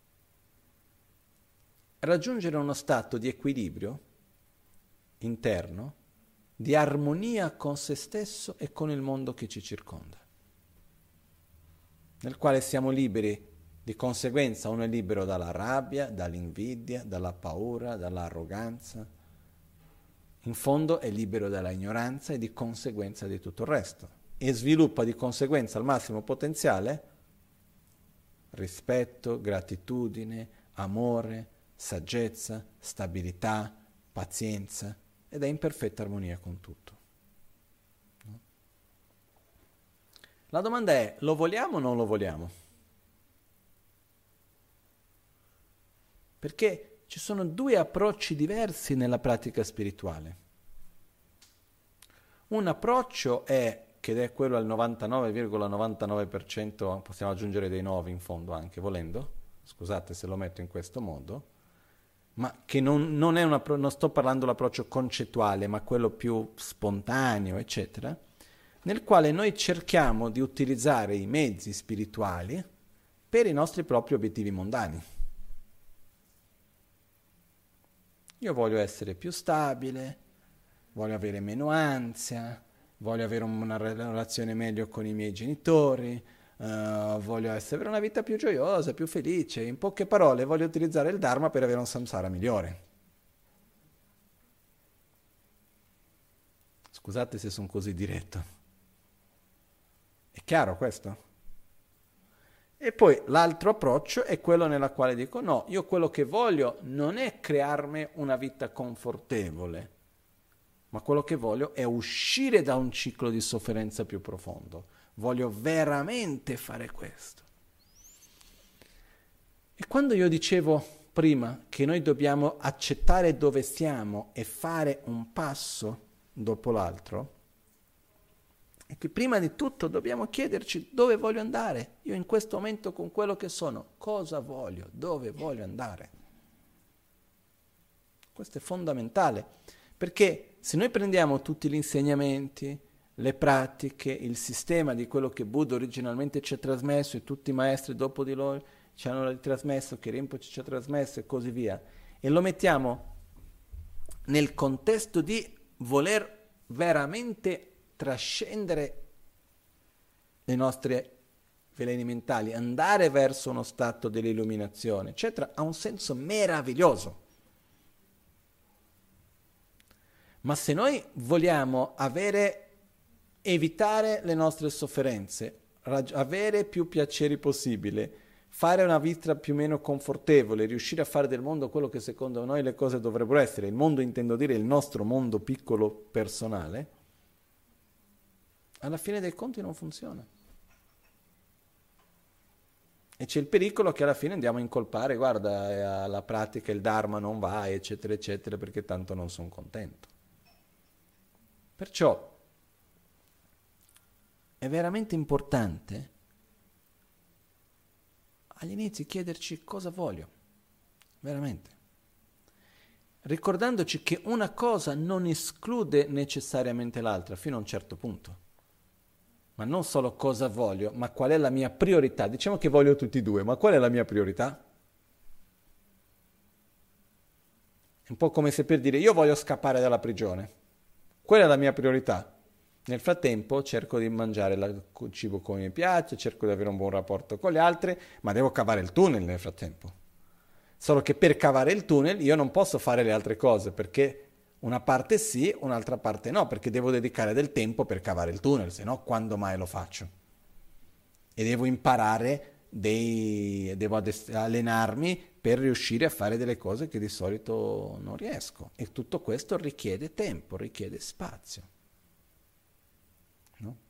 raggiungere uno stato di equilibrio interno, di armonia con se stesso e con il mondo che ci circonda, nel quale siamo liberi. Di conseguenza uno è libero dalla rabbia, dall'invidia, dalla paura, dall'arroganza. In fondo è libero dalla ignoranza e di conseguenza di tutto il resto. E sviluppa di conseguenza al massimo potenziale rispetto, gratitudine, amore, saggezza, stabilità, pazienza, ed è in perfetta armonia con tutto. No? La domanda è: lo vogliamo o non lo vogliamo? Perché ci sono 2 approcci diversi nella pratica spirituale. Un approccio ed è quello al 99,99%, possiamo aggiungere dei 9 in fondo anche volendo, scusate se lo metto in questo modo, ma che non è non sto parlando dell'approccio concettuale, ma quello più spontaneo, eccetera, nel quale noi cerchiamo di utilizzare i mezzi spirituali per i nostri propri obiettivi mondani. Io voglio essere più stabile, voglio avere meno ansia, voglio avere una relazione meglio con i miei genitori, voglio avere una vita più gioiosa, più felice. In poche parole, voglio utilizzare il Dharma per avere un samsara migliore. Scusate se sono così diretto. È chiaro questo? E poi l'altro approccio è quello nella quale dico: no, io quello che voglio non è crearmi una vita confortevole, ma quello che voglio è uscire da un ciclo di sofferenza più profondo. Voglio veramente fare questo. E quando io dicevo prima che noi dobbiamo accettare dove siamo e fare un passo dopo l'altro, è che prima di tutto dobbiamo chiederci dove voglio andare. Io in questo momento con quello che sono, cosa voglio, dove voglio andare. Questo è fondamentale, perché se noi prendiamo tutti gli insegnamenti, le pratiche, il sistema di quello che Buddha originalmente ci ha trasmesso e tutti i maestri dopo di lui ci hanno trasmesso, che Rinpoche ci ha trasmesso e così via, e lo mettiamo nel contesto di voler veramente trascendere le nostre veleni mentali, andare verso uno stato dell'illuminazione, eccetera, ha un senso meraviglioso. Ma se noi vogliamo evitare le nostre sofferenze, avere più piaceri possibile, fare una vita più o meno confortevole, riuscire a fare del mondo quello che secondo noi le cose dovrebbero essere, il mondo intendo dire il nostro mondo piccolo personale, alla fine dei conti non funziona. E c'è il pericolo che alla fine andiamo a incolpare: guarda, la pratica, il Dharma non va, eccetera, eccetera, perché tanto non sono contento. Perciò è veramente importante agli inizi chiederci cosa voglio, veramente. Ricordandoci che una cosa non esclude necessariamente l'altra, fino a un certo punto. Ma non solo cosa voglio, ma qual è la mia priorità. Diciamo che voglio tutti e 2, ma qual è la mia priorità? È un po' come se per dire: io voglio scappare dalla prigione. Quella è la mia priorità. Nel frattempo cerco di mangiare il cibo come mi piace, cerco di avere un buon rapporto con gli altri, ma devo cavare il tunnel nel frattempo. Solo che per cavare il tunnel io non posso fare le altre cose, perché una parte sì, un'altra parte no, perché devo dedicare del tempo per cavare il tunnel, se no quando mai lo faccio? e devo imparare, devo allenarmi per riuscire a fare delle cose che di solito non riesco. E tutto questo richiede tempo, richiede spazio. No?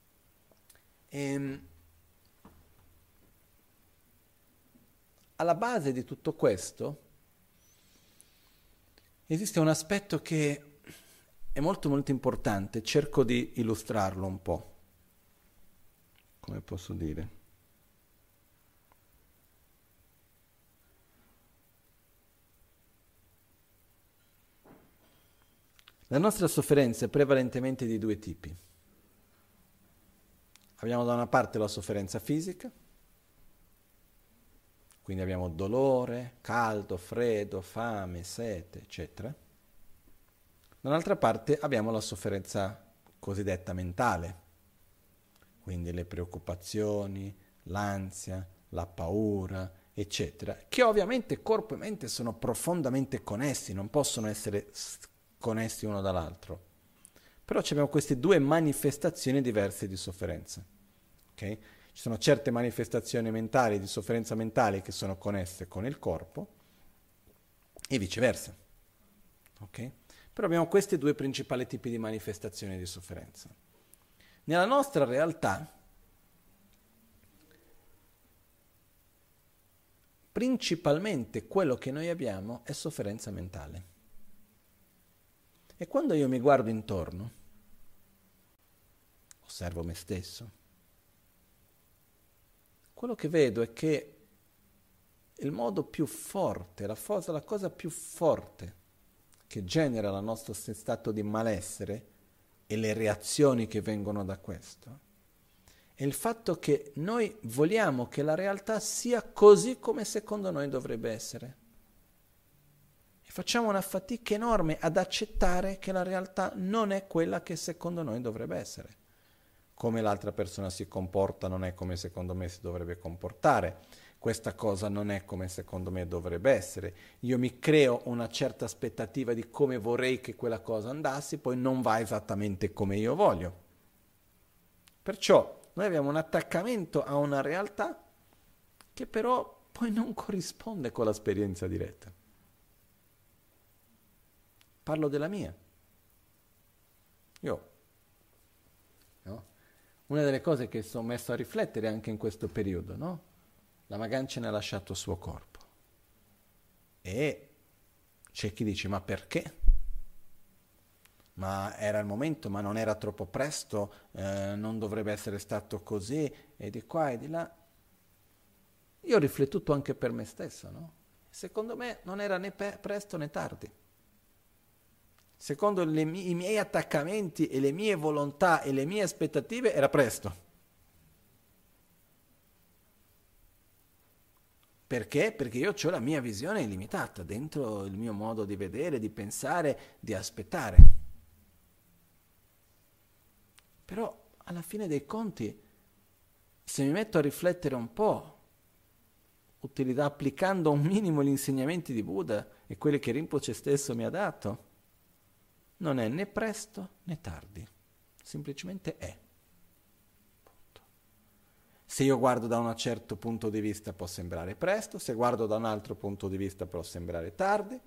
Alla base di tutto questo esiste un aspetto che è molto molto importante, cerco di illustrarlo un po'. Come posso dire? La nostra sofferenza è prevalentemente di due tipi. Abbiamo da una parte la sofferenza fisica, quindi abbiamo dolore, caldo, freddo, fame, sete, eccetera. Dall'altra parte abbiamo la sofferenza cosiddetta mentale, quindi le preoccupazioni, l'ansia, la paura, eccetera, che ovviamente corpo e mente sono profondamente connessi, non possono essere connessi uno dall'altro. Però abbiamo queste due manifestazioni diverse di sofferenza. Okay? Ci sono certe manifestazioni mentali di sofferenza mentale che sono connesse con il corpo e viceversa. Okay? Però abbiamo questi due principali tipi di manifestazioni di sofferenza. Nella nostra realtà, principalmente quello che noi abbiamo è sofferenza mentale. E quando io mi guardo intorno, osservo me stesso, quello che vedo è che il modo più forte, la cosa più forte che genera il nostro stato di malessere e le reazioni che vengono da questo, è il fatto che noi vogliamo che la realtà sia così come secondo noi dovrebbe essere. E facciamo una fatica enorme ad accettare che la realtà non è quella che secondo noi dovrebbe essere. Come l'altra persona si comporta non è come secondo me si dovrebbe comportare. Questa cosa non è come secondo me dovrebbe essere. Io mi creo una certa aspettativa di come vorrei che quella cosa andasse, poi non va esattamente come io voglio. Perciò noi abbiamo un attaccamento a una realtà che però poi non corrisponde con l'esperienza diretta. Parlo della mia. Io, no? Una delle cose che sono messo a riflettere anche in questo periodo, no? La Magancia ne ha lasciato il suo corpo. E c'è chi dice, ma perché? Ma era il momento, ma non era troppo presto, non dovrebbe essere stato così, e di qua e di là. Io ho riflettuto anche per me stesso, no? Secondo me non era né presto né tardi. Secondo i miei attaccamenti e le mie volontà e le mie aspettative era presto. Perché? Perché io ho la mia visione illimitata dentro il mio modo di vedere, di pensare, di aspettare. Però alla fine dei conti, se mi metto a riflettere un po', applicando un minimo gli insegnamenti di Buddha e quelli che Rinpoche stesso mi ha dato, non è né presto né tardi, semplicemente è. Punto. Se io guardo da un certo punto di vista può sembrare presto, se guardo da un altro punto di vista può sembrare tardi,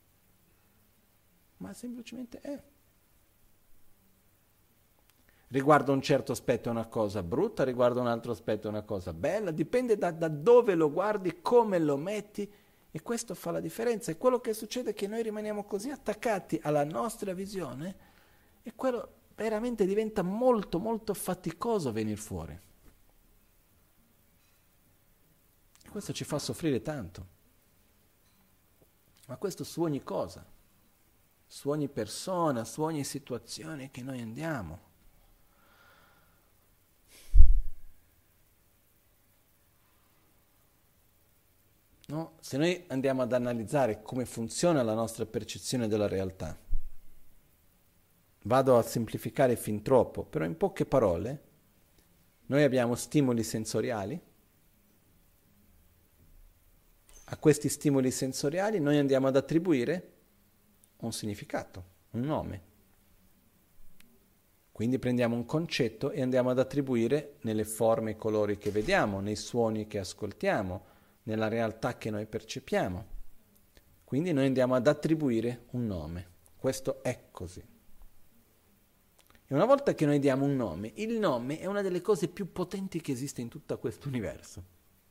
ma semplicemente è. Riguardo un certo aspetto è una cosa brutta, riguardo un altro aspetto è una cosa bella, dipende da dove lo guardi, come lo metti, e questo fa la differenza. E quello che succede è che noi rimaniamo così attaccati alla nostra visione e quello veramente diventa molto molto faticoso venire fuori. E questo ci fa soffrire tanto. Ma questo su ogni cosa, su ogni persona, su ogni situazione che noi andiamo. No? Se noi andiamo ad analizzare come funziona la nostra percezione della realtà, vado a semplificare fin troppo, però in poche parole, noi abbiamo stimoli sensoriali, a questi stimoli sensoriali noi andiamo ad attribuire un significato, un nome. Quindi prendiamo un concetto e andiamo ad attribuire nelle forme e colori che vediamo, nei suoni che ascoltiamo, nella realtà che noi percepiamo. Quindi noi andiamo ad attribuire un nome. Questo è così. E una volta che noi diamo un nome, il nome è una delle cose più potenti che esiste in tutto questo universo.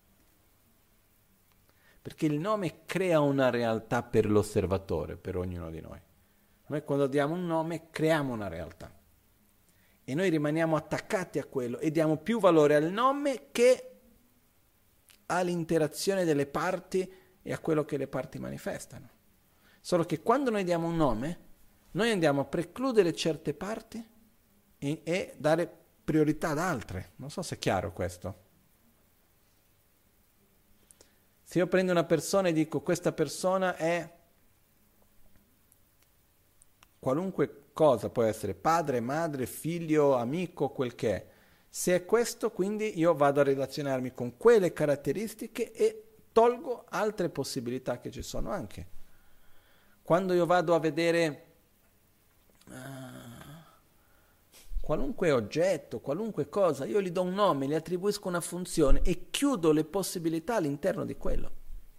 Perché il nome crea una realtà per l'osservatore, per ognuno di noi. Noi quando diamo un nome creiamo una realtà. E noi rimaniamo attaccati a quello e diamo più valore al nome che all'interazione delle parti e a quello che le parti manifestano. Solo che quando noi diamo un nome, noi andiamo a precludere certe parti e dare priorità ad altre. Non so se è chiaro questo. Se io prendo una persona e dico questa persona è qualunque cosa, può essere padre, madre, figlio, amico, quel che è. Se è questo, quindi io vado a relazionarmi con quelle caratteristiche e tolgo altre possibilità che ci sono anche. Quando io vado a vedere qualunque oggetto, qualunque cosa, io gli do un nome, gli attribuisco una funzione e chiudo le possibilità all'interno di quello.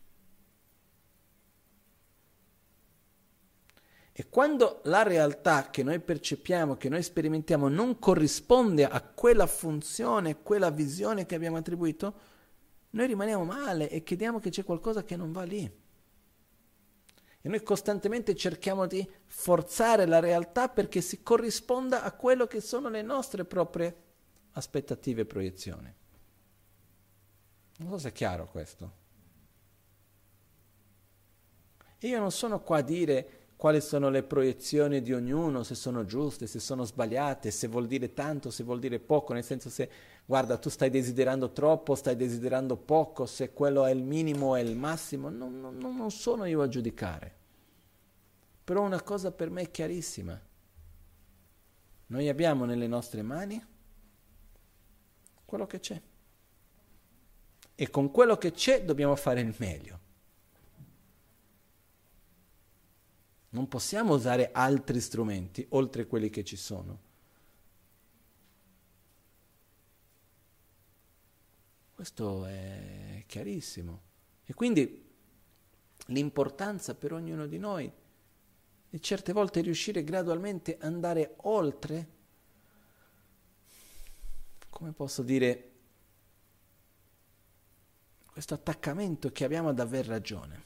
E quando la realtà che noi percepiamo, che noi sperimentiamo, non corrisponde a quella funzione, quella visione che abbiamo attribuito, noi rimaniamo male e chiediamo che c'è qualcosa che non va lì. E noi costantemente cerchiamo di forzare la realtà perché si corrisponda a quello che sono le nostre proprie aspettative e proiezioni. Non so se è chiaro questo. E io non sono qua a dire quali sono le proiezioni di ognuno, se sono giuste, se sono sbagliate, se vuol dire tanto, se vuol dire poco, nel senso se, guarda, tu stai desiderando troppo, stai desiderando poco, se quello è il minimo o è il massimo, non sono io a giudicare. Però una cosa per me è chiarissima. Noi abbiamo nelle nostre mani quello che c'è. E con quello che c'è dobbiamo fare il meglio. Non possiamo usare altri strumenti oltre quelli che ci sono. Questo è chiarissimo. E quindi l'importanza per ognuno di noi è certe volte riuscire gradualmente ad andare oltre, come posso dire, questo attaccamento che abbiamo ad aver ragione.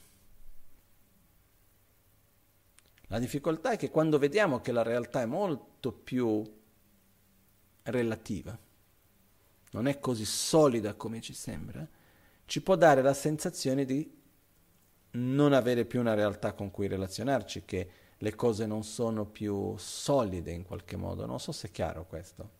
La difficoltà è che quando vediamo che la realtà è molto più relativa, non è così solida come ci sembra, ci può dare la sensazione di non avere più una realtà con cui relazionarci, che le cose non sono più solide in qualche modo. Non so se è chiaro questo.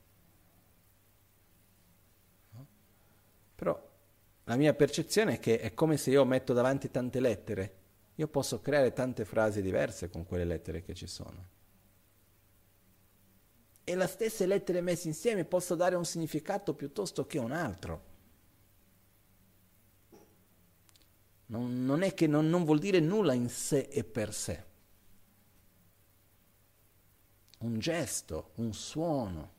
No? Però la mia percezione è che è come se io metto davanti tante lettere. Io posso creare tante frasi diverse con quelle lettere che ci sono. E le stesse lettere messe insieme posso dare un significato piuttosto che un altro. Non è che non vuol dire nulla in sé e per sé. Un gesto, un suono.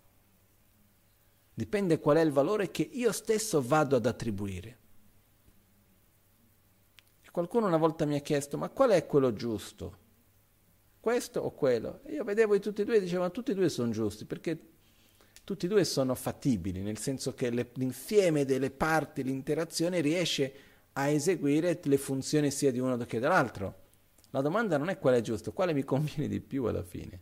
Dipende qual è il valore che io stesso vado ad attribuire. Qualcuno una volta mi ha chiesto, ma qual è quello giusto? Questo o quello? E io vedevo tutti e due e dicevo, ma tutti e due sono giusti, perché tutti e due sono fattibili, nel senso che l'insieme delle parti, l'interazione riesce a eseguire le funzioni sia di uno che dell'altro. La domanda non è quale è giusto, quale mi conviene di più alla fine.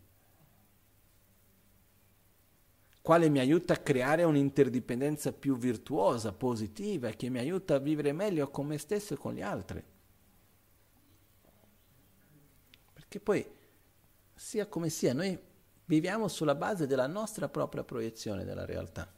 Quale mi aiuta a creare un'interdipendenza più virtuosa, positiva, che mi aiuta a vivere meglio con me stesso e con gli altri. Che poi, sia come sia, noi viviamo sulla base della nostra propria proiezione della realtà.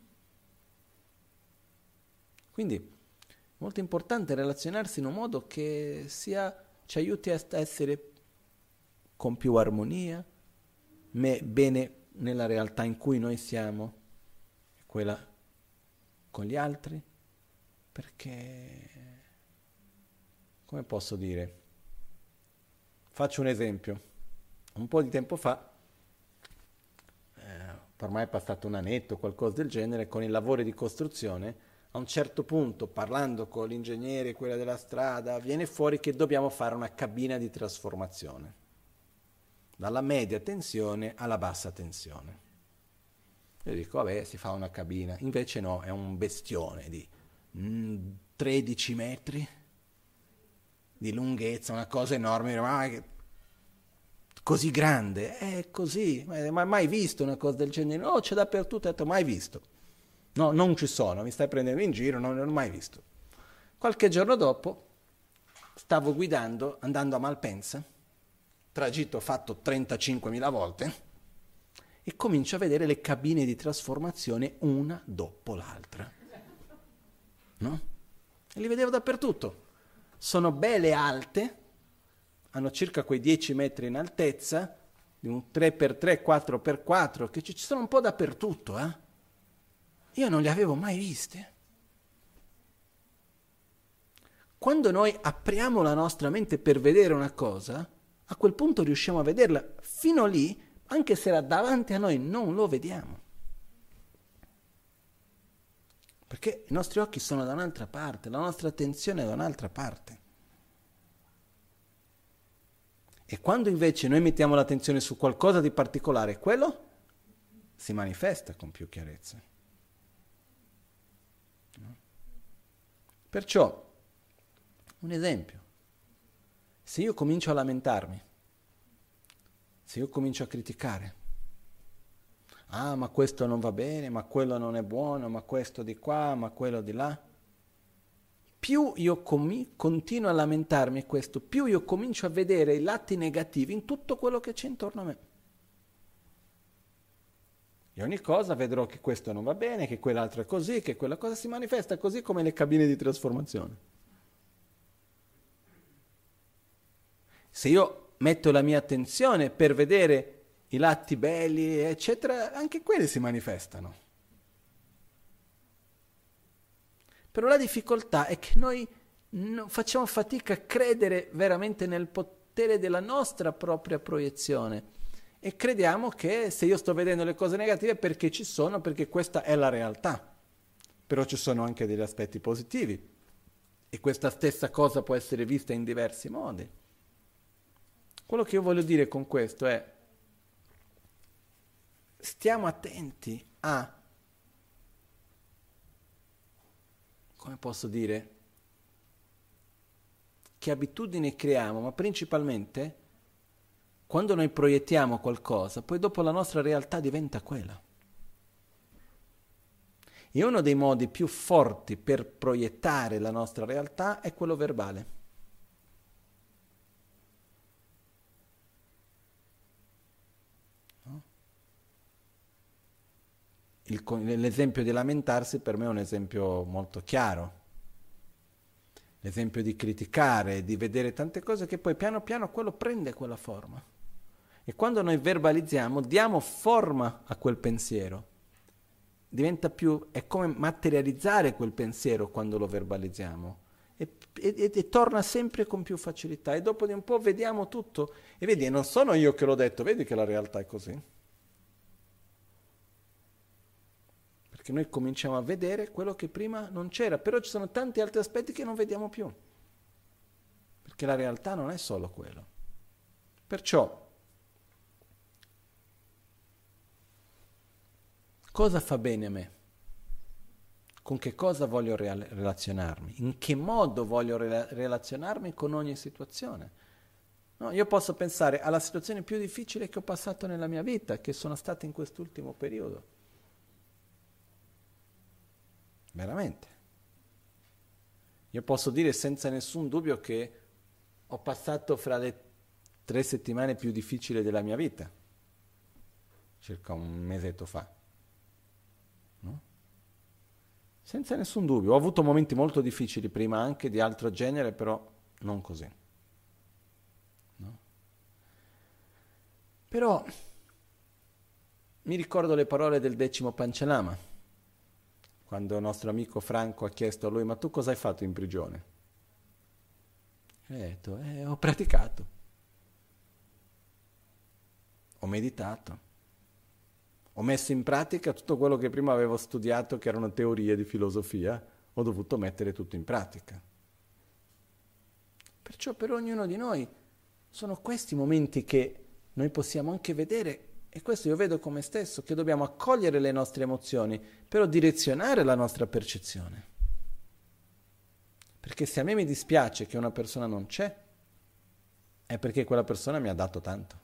Quindi, è molto importante relazionarsi in un modo che ci aiuti a essere con più armonia, bene nella realtà in cui noi siamo, quella con gli altri, perché, come posso dire? Faccio un esempio. Un po' di tempo fa ormai è passato un annetto, qualcosa del genere, con i lavori di costruzione, a un certo punto, parlando con l'ingegnere, quella della strada, viene fuori che dobbiamo fare una cabina di trasformazione, dalla media tensione alla bassa tensione. Io dico, vabbè, si fa una cabina. Invece no, è un bestione di 13 metri di lunghezza, una cosa enorme, ma così grande, è così, ma mai visto una cosa del genere? No, c'è dappertutto, ho detto, mai visto. No, non ci sono, mi stai prendendo in giro, non l'ho mai visto. Qualche giorno dopo stavo guidando, andando a Malpensa, tragitto fatto 35.000 volte, e comincio a vedere le cabine di trasformazione una dopo l'altra. No? E li vedevo dappertutto. Sono belle alte, hanno circa quei 10 metri in altezza, di un 3x3, 4x4, che ci sono un po' dappertutto, eh? Io non li avevo mai viste. Quando noi apriamo la nostra mente per vedere una cosa, a quel punto riusciamo a vederla. Fino lì, anche se era davanti a noi, non lo vediamo. Perché i nostri occhi sono da un'altra parte, la nostra attenzione è da un'altra parte. E quando invece noi mettiamo l'attenzione su qualcosa di particolare, quello si manifesta con più chiarezza. No? Perciò, un esempio, se io comincio a lamentarmi, se io comincio a criticare, ah, ma questo non va bene, ma quello non è buono, ma questo di qua, ma quello di là, più io continuo a lamentarmi questo, più io comincio a vedere i lati negativi in tutto quello che c'è intorno a me. E ogni cosa vedrò che questo non va bene, che quell'altro è così, che quella cosa si manifesta così, come le cabine di trasformazione. Se io metto la mia attenzione per vedere i lati belli, eccetera, anche quelli si manifestano. Però la difficoltà è che noi facciamo fatica a credere veramente nel potere della nostra propria proiezione e crediamo che se io sto vedendo le cose negative è perché ci sono, perché questa è la realtà. Però ci sono anche degli aspetti positivi e questa stessa cosa può essere vista in diversi modi. Quello che io voglio dire con questo è: stiamo attenti a, come posso dire, che abitudini creiamo, ma principalmente quando noi proiettiamo qualcosa, poi dopo la nostra realtà diventa quella. E uno dei modi più forti per proiettare la nostra realtà è quello verbale. L'esempio di lamentarsi per me è un esempio molto chiaro. L'esempio di criticare, di vedere tante cose che poi piano piano quello prende quella forma. E quando noi verbalizziamo, diamo forma a quel pensiero. Diventa più, è come materializzare quel pensiero quando lo verbalizziamo. E torna sempre con più facilità. E dopo di un po' vediamo tutto. E vedi, non sono io che l'ho detto, vedi che la realtà è così. Che noi cominciamo a vedere quello che prima non c'era, però ci sono tanti altri aspetti che non vediamo più, perché la realtà non è solo quello. Perciò, cosa fa bene a me? Con che cosa voglio relazionarmi? In che modo voglio relazionarmi con ogni situazione? No, io posso pensare alla situazione più difficile che ho passato nella mia vita, che sono state in quest'ultimo periodo. Veramente. Io posso dire senza nessun dubbio che ho passato fra le 3 settimane più difficili della mia vita, circa un mesetto fa. No? Senza nessun dubbio. Ho avuto momenti molto difficili prima anche di altro genere, però non così. No? Però mi ricordo le parole del 10° Panchalama, quando il nostro amico Franco ha chiesto a lui: ma tu cosa hai fatto in prigione? E ha detto: ho praticato, ho meditato, Ho messo in pratica tutto quello che prima avevo studiato, che erano teorie di filosofia, ho dovuto mettere tutto in pratica. Perciò per ognuno di noi sono questi momenti che noi possiamo anche vedere, e questo io vedo come stesso, che dobbiamo accogliere le nostre emozioni, però direzionare la nostra percezione. Perché se a me mi dispiace che una persona non c'è, è perché quella persona mi ha dato tanto.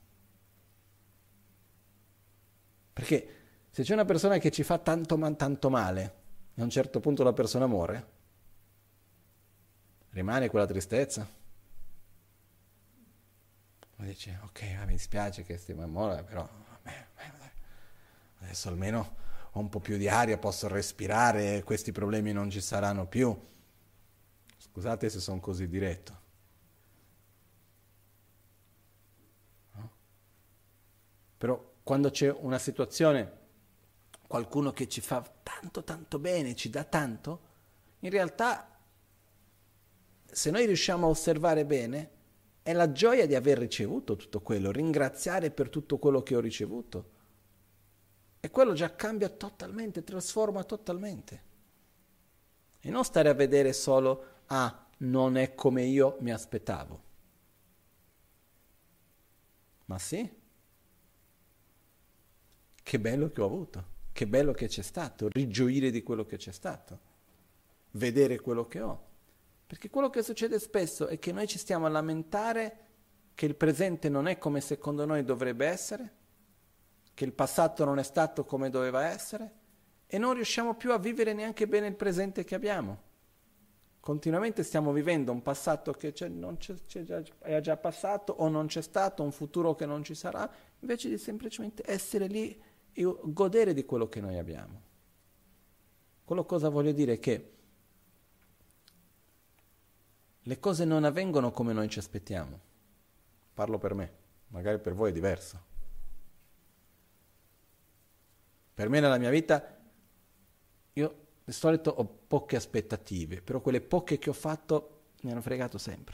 Perché se c'è una persona che ci fa tanto male, e a un certo punto la persona muore, rimane quella tristezza. Ma dice, ok, mi dispiace che stia muore, però adesso almeno ho un po' più di aria, posso respirare, questi problemi non ci saranno più. Scusate se sono così diretto. No? Però quando c'è una situazione, qualcuno che ci fa tanto bene, ci dà tanto, in realtà, se noi riusciamo a osservare bene, è la gioia di aver ricevuto tutto quello, ringraziare per tutto quello che ho ricevuto. E quello già cambia totalmente, trasforma totalmente. E non stare a vedere solo, non è come io mi aspettavo. Ma sì, che bello che ho avuto, che bello che c'è stato, rigioire di quello che c'è stato, vedere quello che ho. Perché quello che succede spesso è che noi ci stiamo a lamentare che il presente non è come secondo noi dovrebbe essere, che il passato non è stato come doveva essere, e non riusciamo più a vivere neanche bene il presente che abbiamo. Continuamente stiamo vivendo un passato che è già passato o non c'è stato, un futuro che non ci sarà, invece di semplicemente essere lì e godere di quello che noi abbiamo. Quello cosa voglio dire è che le cose non avvengono come noi ci aspettiamo. Parlo per me, magari per voi è diverso. Per me nella mia vita, io di solito ho poche aspettative, però quelle poche che ho fatto mi hanno fregato sempre.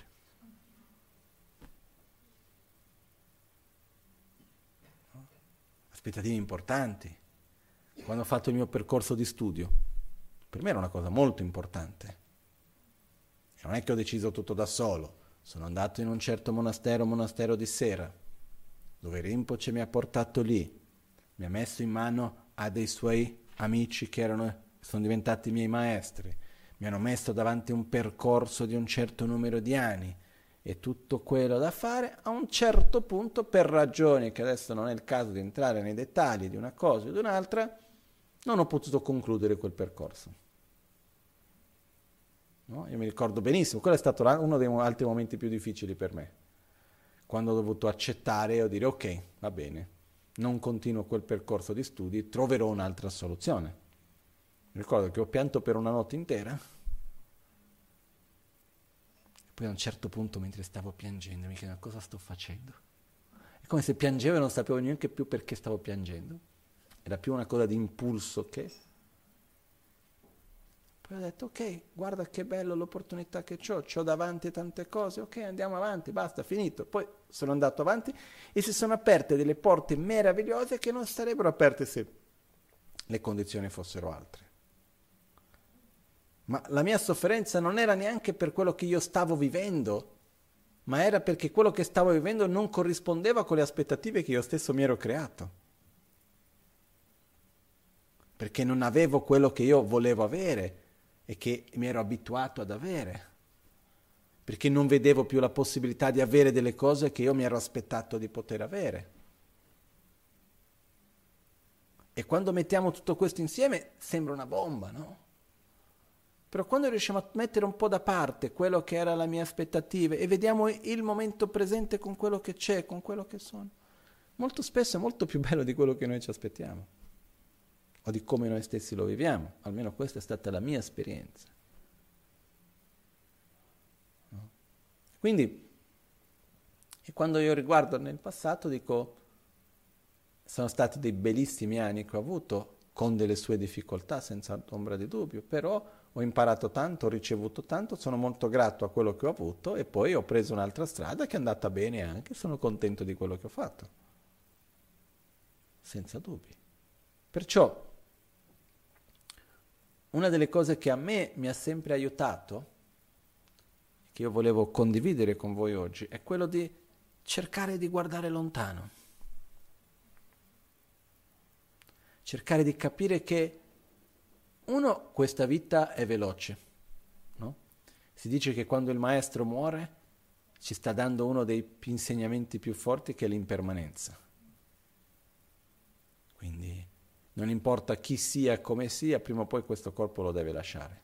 Aspettative importanti. Quando ho fatto il mio percorso di studio, per me era una cosa molto importante. E non è che ho deciso tutto da solo. Sono andato in un certo monastero di Sera, dove Rinpoche mi ha portato lì, mi ha messo in mano a dei suoi amici che sono diventati miei maestri, mi hanno messo davanti un percorso di un certo numero di anni e tutto quello da fare. A un certo punto, per ragioni che adesso non è il caso di entrare nei dettagli di una cosa o di un'altra, non ho potuto concludere quel percorso. No? Io mi ricordo benissimo, quello è stato uno dei altri momenti più difficili per me, quando ho dovuto accettare o dire ok, va bene, non continuo quel percorso di studi, troverò un'altra soluzione. Mi ricordo che ho pianto per una notte intera e poi a un certo punto, mentre stavo piangendo, mi chiedevo cosa sto facendo. È come se piangevo e non sapevo neanche più perché stavo piangendo, era più una cosa di impulso che... Poi ho detto, ok, guarda che bello l'opportunità che c'ho davanti tante cose, ok, andiamo avanti, basta, finito. Poi sono andato avanti e si sono aperte delle porte meravigliose che non sarebbero aperte se le condizioni fossero altre. Ma la mia sofferenza non era neanche per quello che io stavo vivendo, ma era perché quello che stavo vivendo non corrispondeva con le aspettative che io stesso mi ero creato. Perché non avevo quello che io volevo avere e che mi ero abituato ad avere, perché non vedevo più la possibilità di avere delle cose che io mi ero aspettato di poter avere. E quando mettiamo tutto questo insieme sembra una bomba, no? Però quando riusciamo a mettere un po' da parte quello che era la mia aspettativa e vediamo il momento presente con quello che c'è, con quello che sono, molto spesso è molto più bello di quello che noi ci aspettiamo. O di come noi stessi lo viviamo, almeno questa è stata la mia esperienza. No? Quindi, e quando io riguardo nel passato dico, sono stati dei bellissimi anni che ho avuto, con delle sue difficoltà, senza ombra di dubbio, però ho imparato tanto, ho ricevuto tanto, sono molto grato a quello che ho avuto e poi ho preso un'altra strada che è andata bene anche, sono contento di quello che ho fatto. Senza dubbi. Perciò, una delle cose che a me mi ha sempre aiutato, che io volevo condividere con voi oggi, è quello di cercare di guardare lontano. Cercare di capire che, uno, questa vita è veloce, no? Si dice che quando il maestro muore ci sta dando uno dei insegnamenti più forti, che è l'impermanenza. Quindi non importa chi sia, come sia, prima o poi questo corpo lo deve lasciare.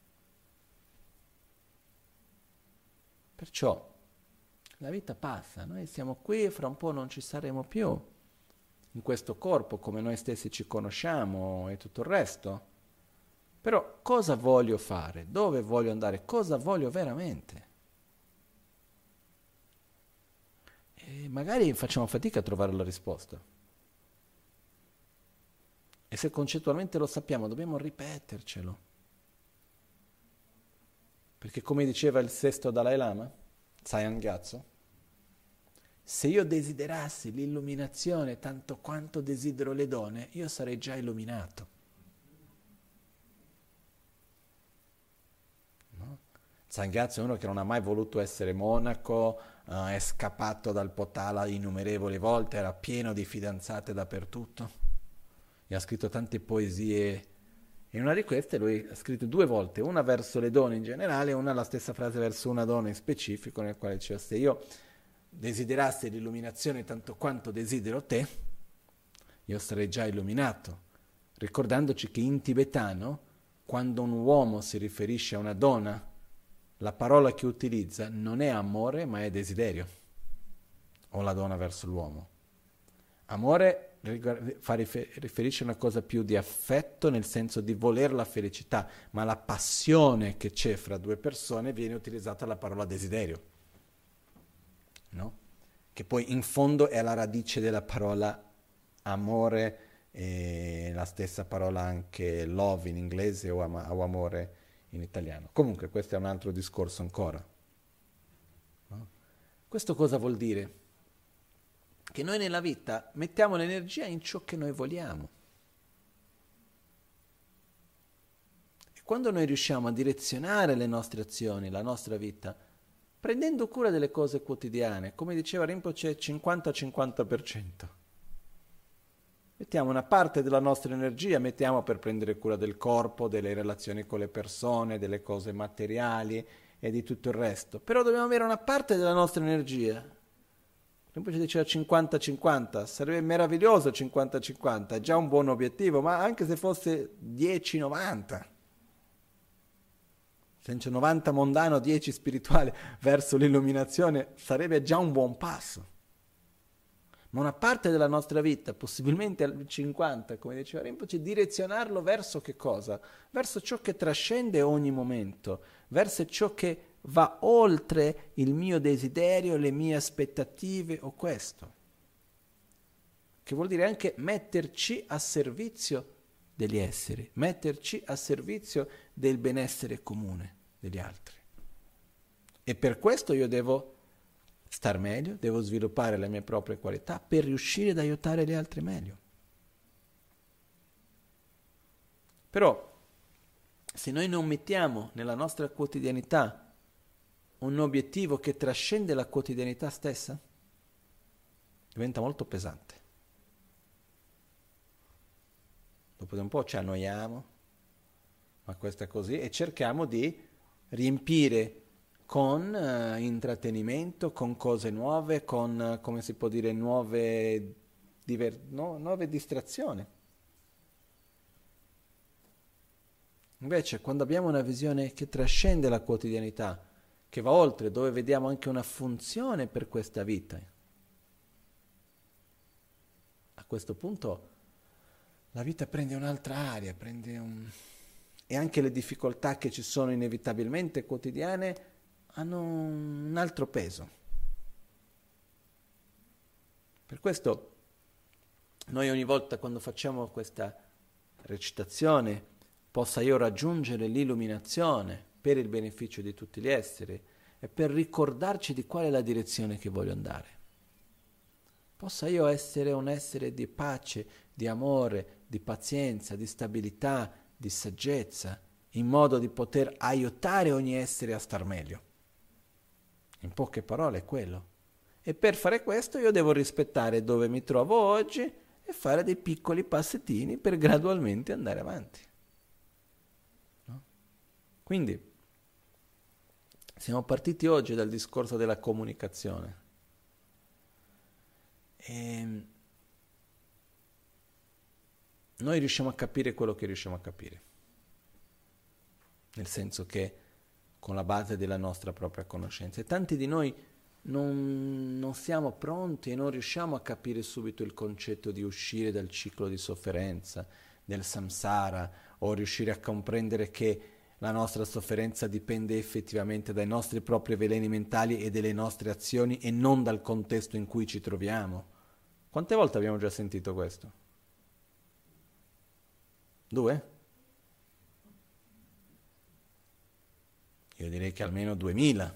Perciò la vita passa, noi siamo qui e fra un po' non ci saremo più in questo corpo come noi stessi ci conosciamo e tutto il resto. Però cosa voglio fare? Dove voglio andare? Cosa voglio veramente? E magari facciamo fatica a trovare la risposta. E se concettualmente lo sappiamo, dobbiamo ripetercelo. Perché come diceva il sesto Dalai Lama, Tsai Gyatso, se io desiderassi l'illuminazione tanto quanto desidero le donne, io sarei già illuminato. No? Tsai Gyatso è uno che non ha mai voluto essere monaco, è scappato dal Potala innumerevoli volte, era pieno di fidanzate dappertutto. E ha scritto tante poesie. In una di queste lui ha scritto 2 volte, una verso le donne in generale e una la stessa frase verso una donna in specifico, nel quale diceva: se io desiderassi l'illuminazione tanto quanto desidero te, io sarei già illuminato. Ricordandoci che in tibetano, quando un uomo si riferisce a una donna, la parola che utilizza non è amore, ma è desiderio. O la donna verso l'uomo. Amore riferisce a una cosa più di affetto, nel senso di voler la felicità, ma la passione che c'è fra 2 persone viene utilizzata la parola desiderio, no? Che poi in fondo è la radice della parola amore, e la stessa parola anche love in inglese o amore in italiano. Comunque questo è un altro discorso ancora, no? Questo cosa vuol dire? Che noi nella vita mettiamo l'energia in ciò che noi vogliamo. E quando noi riusciamo a direzionare le nostre azioni, la nostra vita, prendendo cura delle cose quotidiane, come diceva Rinpoche, 50-50%. Mettiamo una parte della nostra energia, mettiamo per prendere cura del corpo, delle relazioni con le persone, delle cose materiali e di tutto il resto. Però dobbiamo avere una parte della nostra energia. Rinpoche diceva 50-50, sarebbe meraviglioso 50-50, è già un buon obiettivo, ma anche se fosse 10-90, senza 90 mondano, 10 spirituale verso l'illuminazione, sarebbe già un buon passo. Ma una parte della nostra vita, possibilmente al 50, come diceva Rinpoche, direzionarlo verso che cosa? Verso ciò che trascende ogni momento, verso ciò che va oltre il mio desiderio, le mie aspettative o questo. Che vuol dire anche metterci a servizio degli esseri, metterci a servizio del benessere comune degli altri. E per questo io devo star meglio, devo sviluppare le mie proprie qualità per riuscire ad aiutare gli altri meglio. Però, se noi non mettiamo nella nostra quotidianità un obiettivo che trascende la quotidianità stessa, diventa molto pesante. Dopo un po' ci annoiamo, ma questo è così, e cerchiamo di riempire con intrattenimento, con cose nuove, con, come si può dire, nuove distrazioni. Invece, quando abbiamo una visione che trascende la quotidianità, che va oltre, dove vediamo anche una funzione per questa vita, a questo punto la vita prende un'altra aria, e anche le difficoltà che ci sono inevitabilmente quotidiane hanno un altro peso. Per questo noi ogni volta quando facciamo questa recitazione, possa io raggiungere l'illuminazione per il beneficio di tutti gli esseri e per ricordarci di qual è la direzione che voglio andare. Possa io essere un essere di pace, di amore, di pazienza, di stabilità, di saggezza, in modo di poter aiutare ogni essere a star meglio. In poche parole è quello. E per fare questo io devo rispettare dove mi trovo oggi e fare dei piccoli passettini per gradualmente andare avanti. No? Quindi siamo partiti oggi dal discorso della comunicazione. E noi riusciamo a capire quello che riusciamo a capire. Nel senso che con la base della nostra propria conoscenza. E tanti di noi non siamo pronti e non riusciamo a capire subito il concetto di uscire dal ciclo di sofferenza, del samsara, o riuscire a comprendere che la nostra sofferenza dipende effettivamente dai nostri propri veleni mentali e delle nostre azioni e non dal contesto in cui ci troviamo. Quante volte abbiamo già sentito questo? 2? Io direi che almeno 2000.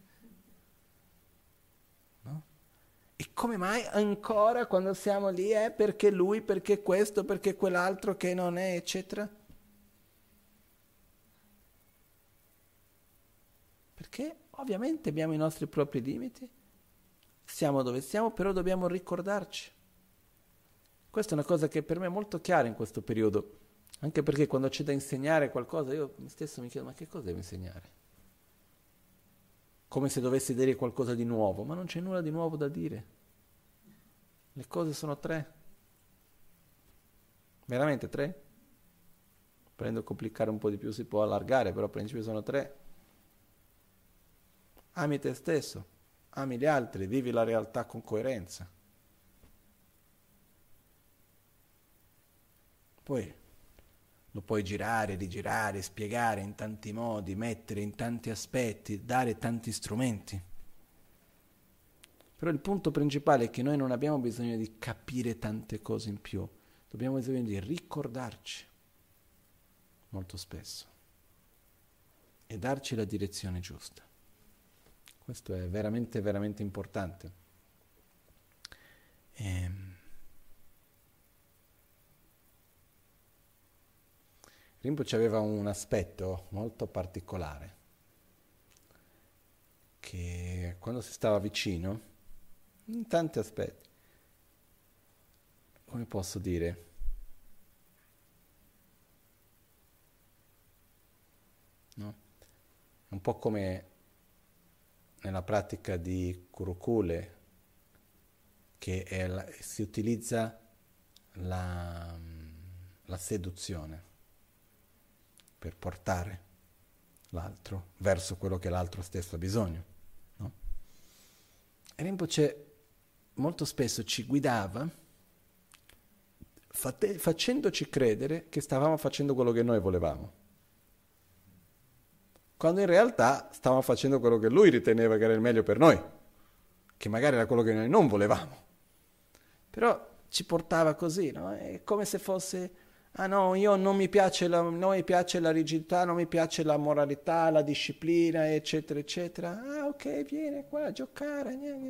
No? E come mai ancora quando siamo lì perché lui, perché questo, perché quell'altro che non è, eccetera? Perché ovviamente abbiamo i nostri propri limiti, siamo dove siamo, però dobbiamo ricordarci. Questa è una cosa che per me è molto chiara in questo periodo, anche perché quando c'è da insegnare qualcosa io stesso mi chiedo: ma che cosa devo insegnare? Come se dovessi dire qualcosa di nuovo, ma non c'è nulla di nuovo da dire. Le cose sono 3. Veramente 3? Prendo a complicare un po' di più, si può allargare, però in principio sono 3. Ami te stesso, ami gli altri, vivi la realtà con coerenza. Poi lo puoi girare, rigirare, spiegare in tanti modi, mettere in tanti aspetti, dare tanti strumenti. Però il punto principale è che noi non abbiamo bisogno di capire tante cose in più, dobbiamo bisogno di ricordarci molto spesso e darci la direzione giusta. Questo è veramente, veramente importante. Rinpoche aveva un aspetto molto particolare, che quando si stava vicino, in tanti aspetti, come posso dire, no? È un po' come nella pratica di Kurukule, che si utilizza la seduzione per portare l'altro verso quello che l'altro stesso ha bisogno, no? E Rinpoche molto spesso ci guidava facendoci credere che stavamo facendo quello che noi volevamo, quando in realtà stavamo facendo quello che lui riteneva che era il meglio per noi, che magari era quello che noi non volevamo. Però ci portava così, no? È come se fosse: ah no, non mi piace la rigidità, non mi piace la moralità, la disciplina, eccetera, eccetera. Ah, ok, vieni qua a giocare.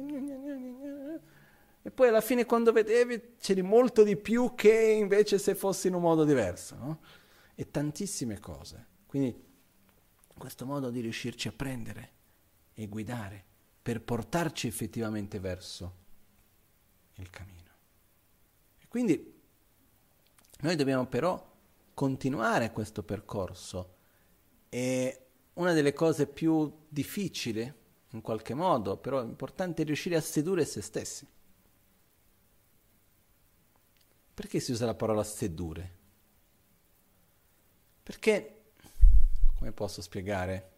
E poi alla fine, quando vedevi, c'eri molto di più che invece se fossi in un modo diverso, no? E tantissime cose. Quindi questo modo di riuscirci a prendere e guidare per portarci effettivamente verso il cammino. E quindi noi dobbiamo però continuare questo percorso, e una delle cose più difficili, in qualche modo, però importante, è riuscire a sedurre se stessi. Perché si usa la parola sedurre? Perché, come posso spiegare?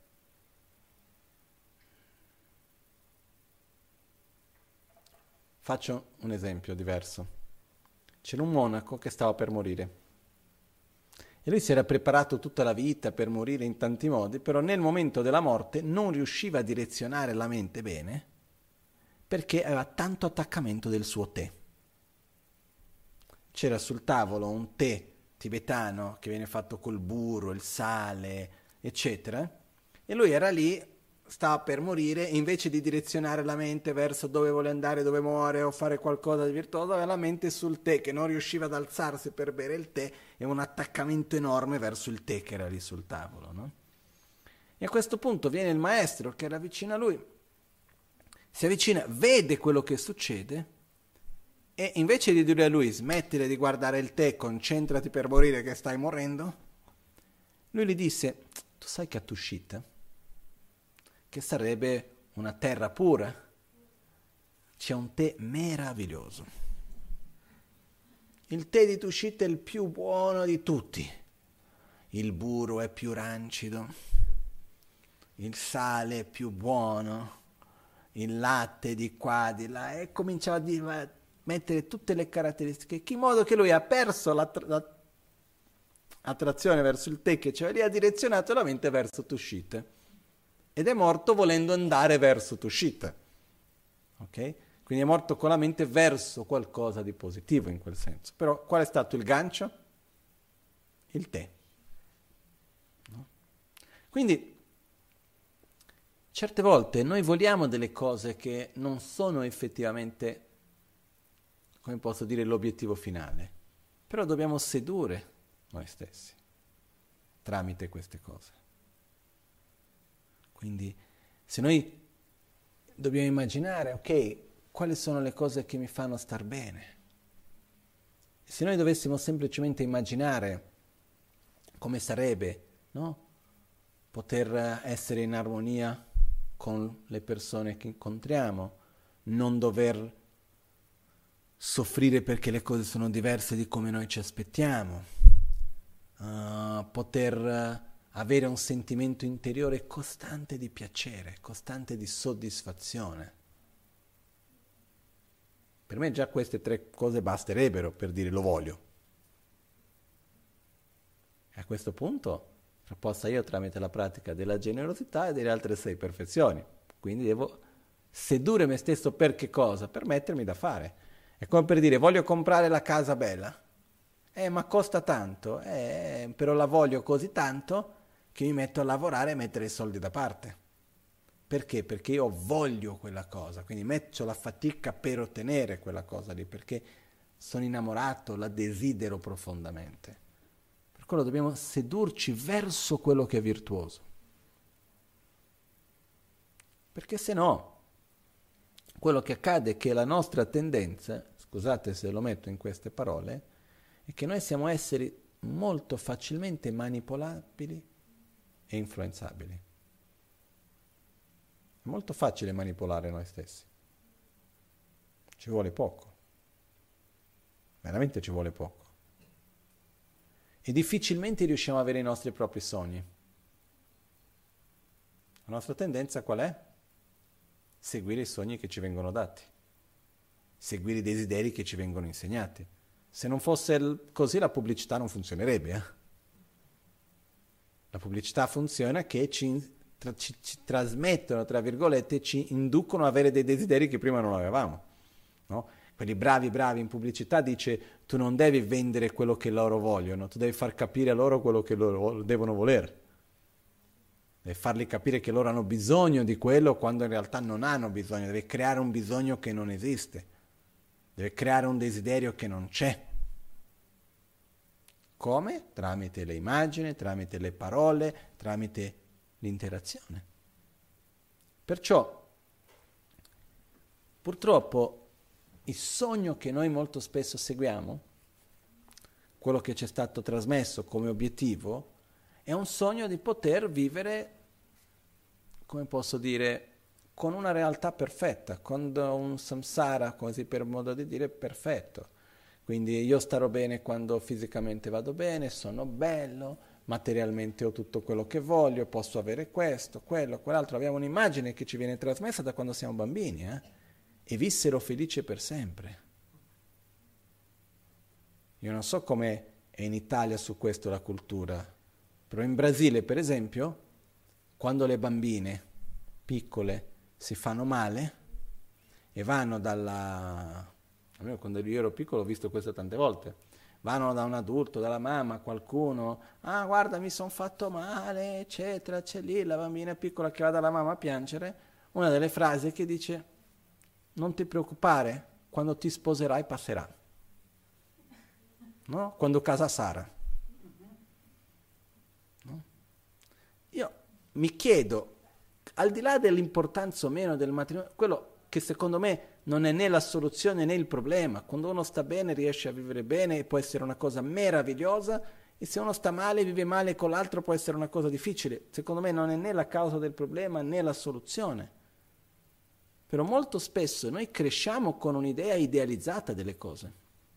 Faccio un esempio diverso. C'era un monaco che stava per morire e lui si era preparato tutta la vita per morire in tanti modi, però nel momento della morte non riusciva a direzionare la mente bene perché aveva tanto attaccamento del suo tè. C'era sul tavolo un tè tibetano che viene fatto col burro, il sale, eccetera, e lui era lì sta per morire, invece di direzionare la mente verso dove vuole andare, dove muore o fare qualcosa di virtuoso, aveva la mente sul tè, che non riusciva ad alzarsi per bere il tè, e un attaccamento enorme verso il tè che era lì sul tavolo, no? E a questo punto viene il maestro che era vicino a lui, si avvicina, vede quello che succede, e invece di dire a lui smettile di guardare il tè, concentrati per morire che stai morendo, lui gli disse: tu sai che a Tushita, che sarebbe una terra pura, c'è un tè meraviglioso. Il tè di Tushita è il più buono di tutti. Il burro è più rancido, il sale è più buono, il latte di qua, di là, e cominciava a mettere tutte le caratteristiche, in modo che lui ha perso l'attrazione verso il tè che c'era lì, ha direzionato la mente verso Tushita. Ed è morto volendo andare verso Tushita. Ok? Quindi è morto con la mente verso qualcosa di positivo in quel senso. Però qual è stato il gancio? Il tè. No? Quindi certe volte noi vogliamo delle cose che non sono effettivamente, come posso dire, l'obiettivo finale. Però dobbiamo sedurre noi stessi tramite queste cose. Quindi se noi dobbiamo immaginare, ok, quali sono le cose che mi fanno star bene? E se noi dovessimo semplicemente immaginare come sarebbe, no? Poter essere in armonia con le persone che incontriamo, non dover soffrire perché le cose sono diverse di come noi ci aspettiamo, poter avere un sentimento interiore costante di piacere, costante di soddisfazione. Per me già queste 3 cose basterebbero per dire lo voglio. E a questo punto possa io, tramite la pratica della generosità e delle altre 6 perfezioni. Quindi devo sedurre me stesso per che cosa? Per mettermi da fare. È come per dire: voglio comprare la casa bella. Ma costa tanto. Però la voglio così tanto che mi metto a lavorare e mettere i soldi da parte. Perché? Perché io voglio quella cosa, quindi metto la fatica per ottenere quella cosa lì, perché sono innamorato, la desidero profondamente. Per quello dobbiamo sedurci verso quello che è virtuoso. Perché se no, quello che accade è che la nostra tendenza, scusate se lo metto in queste parole, è che noi siamo esseri molto facilmente manipolabili e influenzabili. È molto facile manipolare noi stessi. Ci vuole poco. Veramente ci vuole poco. E difficilmente riusciamo ad avere i nostri propri sogni. La nostra tendenza qual è? Seguire i sogni che ci vengono dati. Seguire i desideri che ci vengono insegnati. Se non fosse così, la pubblicità non funzionerebbe. La pubblicità funziona che ci trasmettono, tra virgolette, ci inducono ad avere dei desideri che prima non avevamo, no? Quelli bravi in pubblicità dice: tu non devi vendere quello che loro vogliono, tu devi far capire a loro quello che loro devono volere, devi fargli capire che loro hanno bisogno di quello quando in realtà non hanno bisogno, devi creare un bisogno che non esiste, devi creare un desiderio che non c'è. Come? Tramite le immagini, tramite le parole, tramite l'interazione. Perciò, purtroppo, il sogno che noi molto spesso seguiamo, quello che ci è stato trasmesso come obiettivo, è un sogno di poter vivere, come posso dire, con una realtà perfetta, con un samsara, così per modo di dire, perfetto. Quindi io starò bene quando fisicamente vado bene, sono bello, materialmente ho tutto quello che voglio, posso avere questo, quello, quell'altro. Abbiamo un'immagine che ci viene trasmessa da quando siamo bambini, e vissero felice per sempre. Io non so com'è in Italia su questo la cultura, però in Brasile, per esempio, quando le bambine piccole si fanno male e vanno dalla... Almeno quando io ero piccolo ho visto questo tante volte. vanno da un adulto, dalla mamma, qualcuno, ah guarda mi sono fatto male, eccetera, c'è lì la bambina piccola che va dalla mamma a piangere, una delle frasi che dice, non ti preoccupare, quando ti sposerai passerà, no? Quando casa sarà. No? Io mi chiedo, al di là dell'importanza o meno del matrimonio, quello che secondo me non è né la soluzione né il problema. Quando uno sta bene riesce a vivere bene e può essere una cosa meravigliosa, e se uno sta male e vive male con l'altro può essere una cosa difficile. Secondo me non è né la causa del problema né la soluzione. Però molto spesso noi cresciamo con un'idea idealizzata delle cose,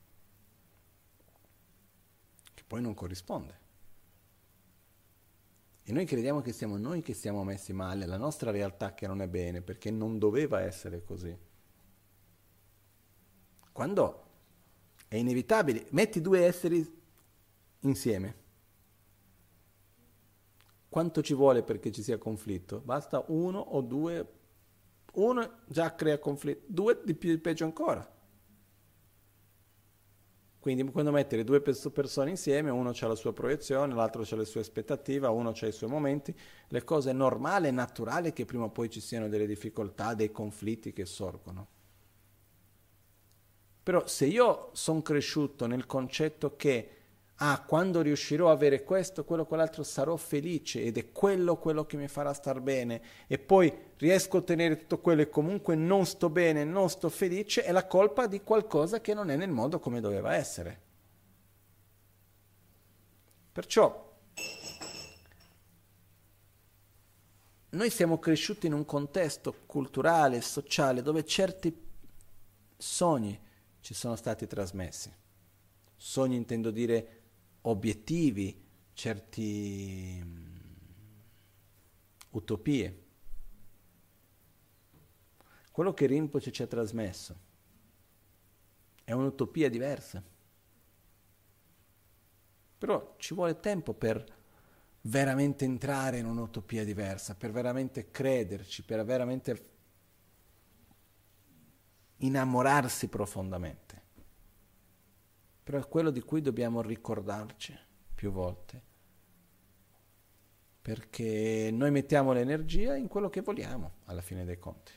che poi non corrisponde. E noi crediamo che siamo noi che siamo messi male, la nostra realtà che non è bene, perché non doveva essere così. Quando è inevitabile, metti due esseri insieme. Quanto ci vuole perché ci sia conflitto? Basta uno o due, uno già crea conflitto, due di più di peggio ancora. Quindi quando mettere due persone insieme, uno ha la sua proiezione, l'altro ha le sue aspettative, uno ha i suoi momenti, le cose è normale e naturale che prima o poi ci siano delle difficoltà, dei conflitti che sorgono. Però se io sono cresciuto nel concetto che quando riuscirò a avere questo, quello, quell'altro, sarò felice ed è quello che mi farà star bene, e poi riesco a ottenere tutto quello e comunque non sto bene, non sto felice, è la colpa di qualcosa che non è nel modo come doveva essere. Perciò noi siamo cresciuti in un contesto culturale, sociale, dove certi sogni ci sono stati trasmessi. Sogni intendo dire obiettivi, certi utopie. Quello che Rinpoche ci ha trasmesso è un'utopia diversa. Però ci vuole tempo per veramente entrare in un'utopia diversa, per veramente crederci, per veramente innamorarsi profondamente. Però è quello di cui dobbiamo ricordarci più volte, perché noi mettiamo l'energia in quello che vogliamo alla fine dei conti.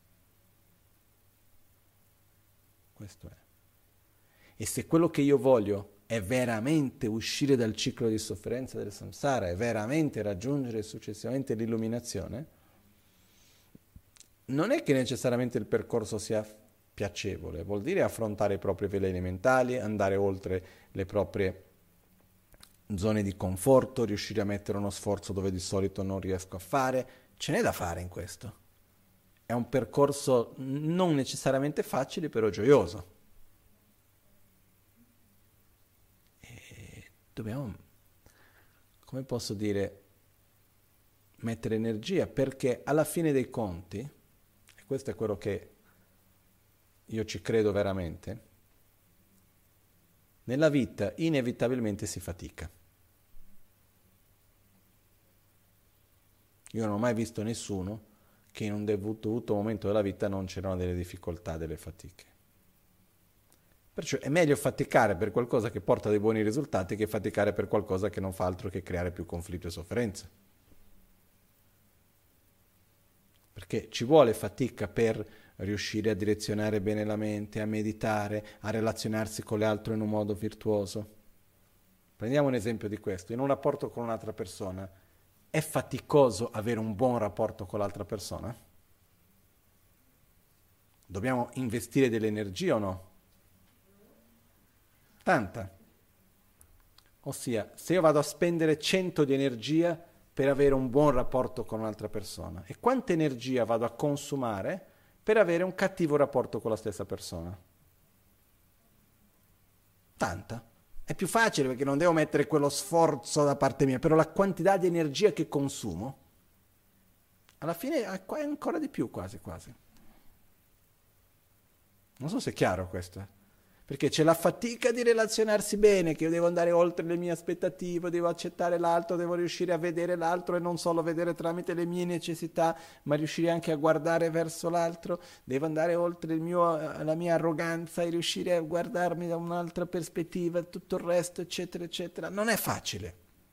Questo è. E se quello che io voglio è veramente uscire dal ciclo di sofferenza del samsara, è veramente raggiungere successivamente l'illuminazione, non è che necessariamente il percorso sia piacevole, vuol dire affrontare i propri veleni mentali, andare oltre le proprie zone di conforto, riuscire a mettere uno sforzo dove di solito non riesco a fare. Ce n'è da fare in questo. È un percorso non necessariamente facile, però gioioso. E dobbiamo, come posso dire, mettere energia, perché alla fine dei conti, e questo è quello che io ci credo veramente, nella vita inevitabilmente si fatica. Io non ho mai visto nessuno che in un dovuto momento della vita non c'erano delle difficoltà, delle fatiche. Perciò è meglio faticare per qualcosa che porta dei buoni risultati che faticare per qualcosa che non fa altro che creare più conflitto e sofferenza. Perché ci vuole fatica per riuscire a direzionare bene la mente, a meditare, a relazionarsi con le altre in un modo virtuoso. Prendiamo un esempio di questo. In un rapporto con un'altra persona, è faticoso avere un buon rapporto con l'altra persona? Dobbiamo investire dell'energia o no? Tanta. Ossia, se io vado a spendere 100 di energia per avere un buon rapporto con un'altra persona, e quanta energia vado a consumare per avere un cattivo rapporto con la stessa persona? Tanta. È più facile perché non devo mettere quello sforzo da parte mia, però la quantità di energia che consumo, alla fine è ancora di più quasi quasi. Non so se è chiaro questo. Perché c'è la fatica di relazionarsi bene, che io devo andare oltre le mie aspettative, devo accettare l'altro, devo riuscire a vedere l'altro e non solo vedere tramite le mie necessità, ma riuscire anche a guardare verso l'altro, devo andare oltre la mia arroganza e riuscire a guardarmi da un'altra prospettiva, tutto il resto, eccetera, eccetera. Non è facile.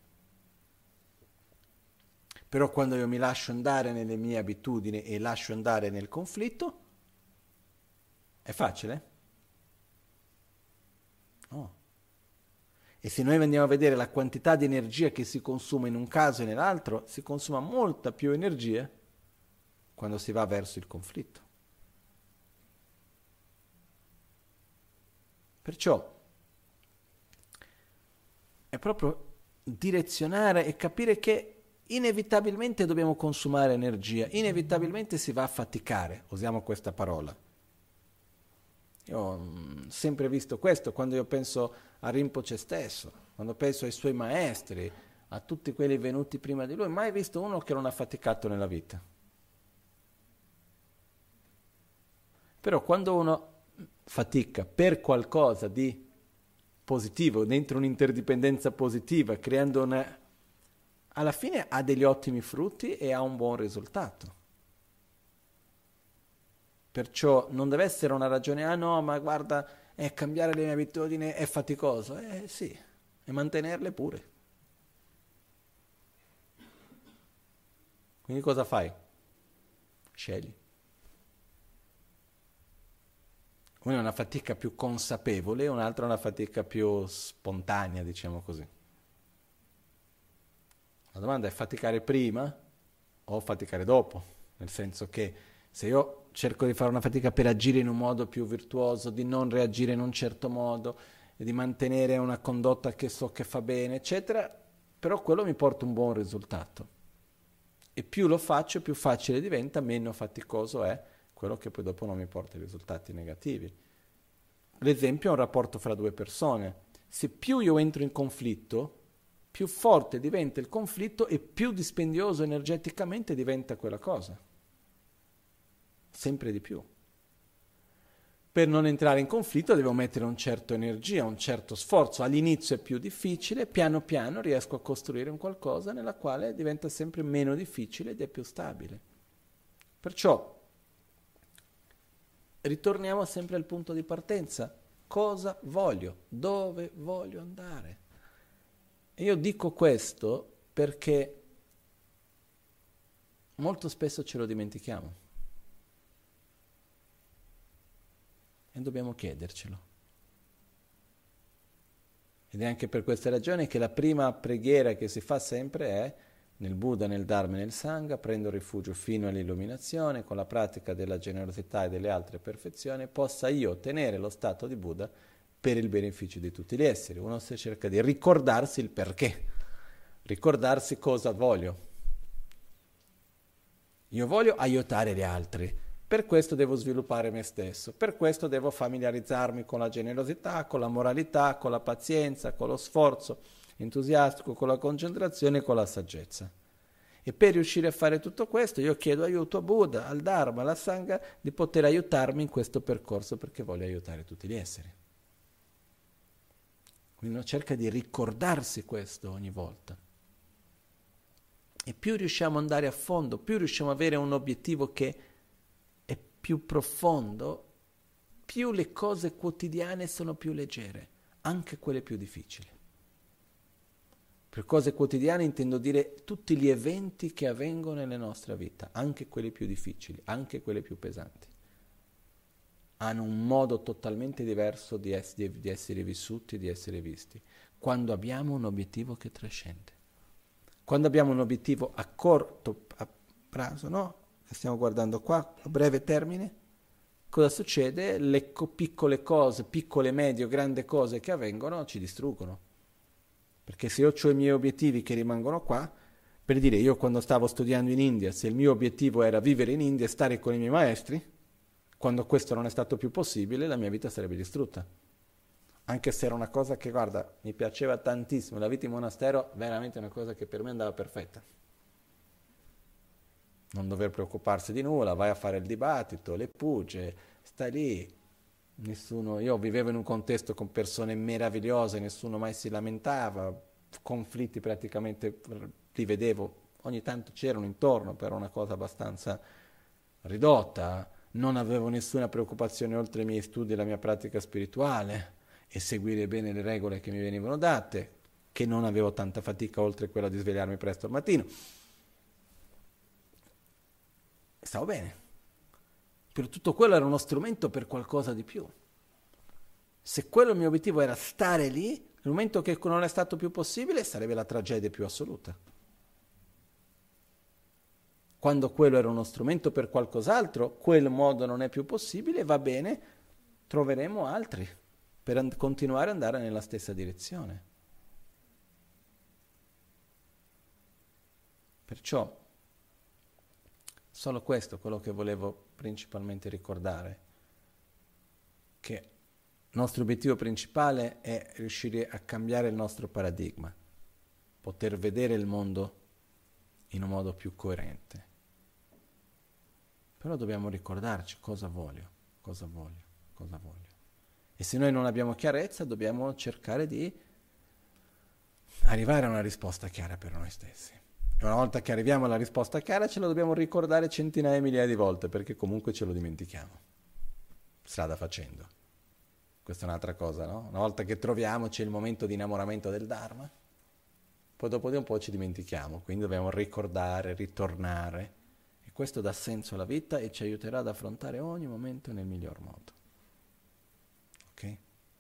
Però quando io mi lascio andare nelle mie abitudini e lascio andare nel conflitto, è facile? No. E se noi andiamo a vedere la quantità di energia che si consuma in un caso e nell'altro, si consuma molta più energia quando si va verso il conflitto. Perciò è proprio direzionare e capire che inevitabilmente dobbiamo consumare energia, inevitabilmente si va a faticare, usiamo questa parola. Io ho sempre visto questo quando io penso a Rinpoche stesso, quando penso ai suoi maestri, a tutti quelli venuti prima di lui, mai visto uno che non ha faticato nella vita. Però quando uno fatica per qualcosa di positivo, dentro un'interdipendenza positiva, creando alla fine ha degli ottimi frutti e ha un buon risultato. Perciò non deve essere una ragione, ah no, ma guarda, cambiare le mie abitudini è faticoso. Sì, e mantenerle pure. Quindi cosa fai? Scegli. Una è una fatica più consapevole, un'altra è una fatica più spontanea, diciamo così. La domanda è faticare prima o faticare dopo? Nel senso che se io cerco di fare una fatica per agire in un modo più virtuoso, di non reagire in un certo modo, e di mantenere una condotta che so che fa bene, eccetera, però quello mi porta un buon risultato. E più lo faccio, più facile diventa, meno faticoso è quello che poi dopo non mi porta i risultati negativi. L'esempio è un rapporto fra due persone. Se più io entro in conflitto, più forte diventa il conflitto e più dispendioso energeticamente diventa quella cosa. Sempre di più. Per non entrare in conflitto devo mettere un certo energia, un certo sforzo. All'inizio è più difficile, piano piano riesco a costruire un qualcosa nella quale diventa sempre meno difficile ed è più stabile. Perciò ritorniamo sempre al punto di partenza. Cosa voglio? Dove voglio andare? E io dico questo perché molto spesso ce lo dimentichiamo. E dobbiamo chiedercelo. Ed è anche per questa ragione che la prima preghiera che si fa sempre è nel Buddha, nel Dharma e nel Sangha, prendo rifugio fino all'illuminazione, con la pratica della generosità e delle altre perfezioni, possa io ottenere lo stato di Buddha per il beneficio di tutti gli esseri. Uno si cerca di ricordarsi il perché, ricordarsi cosa voglio. Io voglio aiutare gli altri. Per questo devo sviluppare me stesso, per questo devo familiarizzarmi con la generosità, con la moralità, con la pazienza, con lo sforzo entusiastico, con la concentrazione e con la saggezza. E per riuscire a fare tutto questo io chiedo aiuto a Buddha, al Dharma, alla Sangha di poter aiutarmi in questo percorso perché voglio aiutare tutti gli esseri. Quindi uno cerca di ricordarsi questo ogni volta. E più riusciamo ad andare a fondo, più riusciamo ad avere un obiettivo che è più profondo, più le cose quotidiane sono più leggere, anche quelle più difficili. Per cose quotidiane intendo dire tutti gli eventi che avvengono nella nostra vita, anche quelli più difficili, anche quelli più pesanti. Hanno un modo totalmente diverso di essere vissuti, di essere visti, quando abbiamo un obiettivo che trascende. Quando abbiamo un obiettivo a corto prazo, no? Che stiamo guardando qua, a breve termine, cosa succede? Le piccole cose, piccole, medie, grandi cose che avvengono ci distruggono. Perché se io ho i miei obiettivi che rimangono qua, per dire, io quando stavo studiando in India, se il mio obiettivo era vivere in India e stare con i miei maestri, quando questo non è stato più possibile, la mia vita sarebbe distrutta. Anche se era una cosa che, guarda, mi piaceva tantissimo, la vita in monastero veramente una cosa che per me andava perfetta. Non dover preoccuparsi di nulla, vai a fare il dibattito, le puge, stai lì, Io vivevo in un contesto con persone meravigliose, nessuno mai si lamentava, conflitti praticamente li vedevo, ogni tanto c'erano intorno, però una cosa abbastanza ridotta, non avevo nessuna preoccupazione oltre i miei studi e la mia pratica spirituale e seguire bene le regole che mi venivano date, che non avevo tanta fatica oltre quella di svegliarmi presto al mattino. Stavo bene. Per tutto quello era uno strumento per qualcosa di più. Se quello il mio obiettivo era stare lì, nel momento che non è stato più possibile, sarebbe la tragedia più assoluta. Quando quello era uno strumento per qualcos'altro, quel modo non è più possibile, va bene, troveremo altri per continuare ad andare nella stessa direzione. Perciò, solo questo è quello che volevo principalmente ricordare, che il nostro obiettivo principale è riuscire a cambiare il nostro paradigma, poter vedere il mondo in un modo più coerente. Però dobbiamo ricordarci cosa voglio. E se noi non abbiamo chiarezza, dobbiamo cercare di arrivare a una risposta chiara per noi stessi. E una volta che arriviamo alla risposta chiara, ce la dobbiamo ricordare centinaia e migliaia di volte, perché comunque ce lo dimentichiamo, strada facendo. Questa è un'altra cosa, no? Una volta che troviamo, c'è il momento di innamoramento del Dharma, poi dopo di un po' ci dimentichiamo, quindi dobbiamo ricordare, ritornare. Questo dà senso alla vita e ci aiuterà ad affrontare ogni momento nel miglior modo. Ok?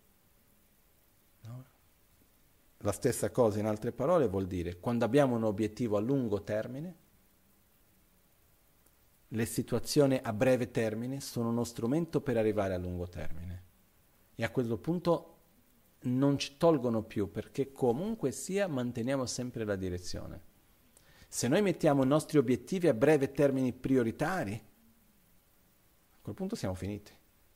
No? La stessa cosa, in altre parole, vuol dire, quando abbiamo un obiettivo a lungo termine, le situazioni a breve termine sono uno strumento per arrivare a lungo termine. E a questo punto non ci tolgono più, perché comunque sia manteniamo sempre la direzione. Se noi mettiamo i nostri obiettivi a breve termini prioritari, a quel punto siamo finiti.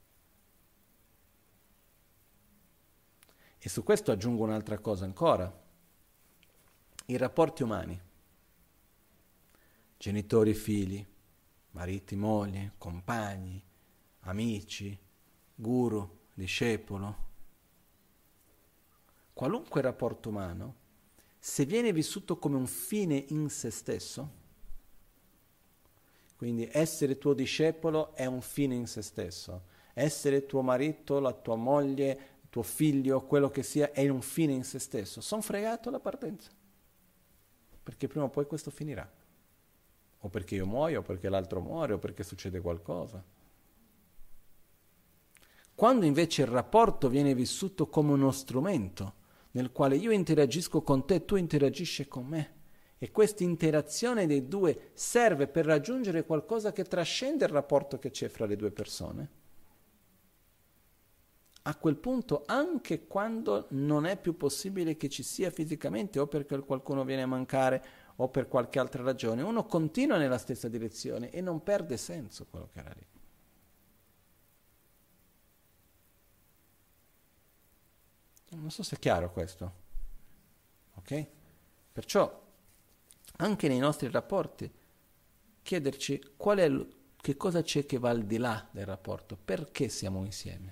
E su questo aggiungo un'altra cosa ancora. I rapporti umani, genitori, figli, mariti, moglie, compagni, amici, guru, discepolo, qualunque rapporto umano, se viene vissuto come un fine in se stesso, quindi essere tuo discepolo è un fine in se stesso, essere tuo marito, la tua moglie, tuo figlio, quello che sia, è un fine in se stesso, sono fregato alla partenza, perché prima o poi questo finirà, o perché io muoio, o perché l'altro muore, o perché succede qualcosa. Quando invece il rapporto viene vissuto come uno strumento, nel quale io interagisco con te, tu interagisci con me, e questa interazione dei due serve per raggiungere qualcosa che trascende il rapporto che c'è fra le due persone, a quel punto, anche quando non è più possibile che ci sia fisicamente, o perché qualcuno viene a mancare, o per qualche altra ragione, uno continua nella stessa direzione e non perde senso quello che era lì. Non so se è chiaro questo, ok? Perciò anche nei nostri rapporti chiederci che cosa c'è che va al di là del rapporto, perché siamo insieme.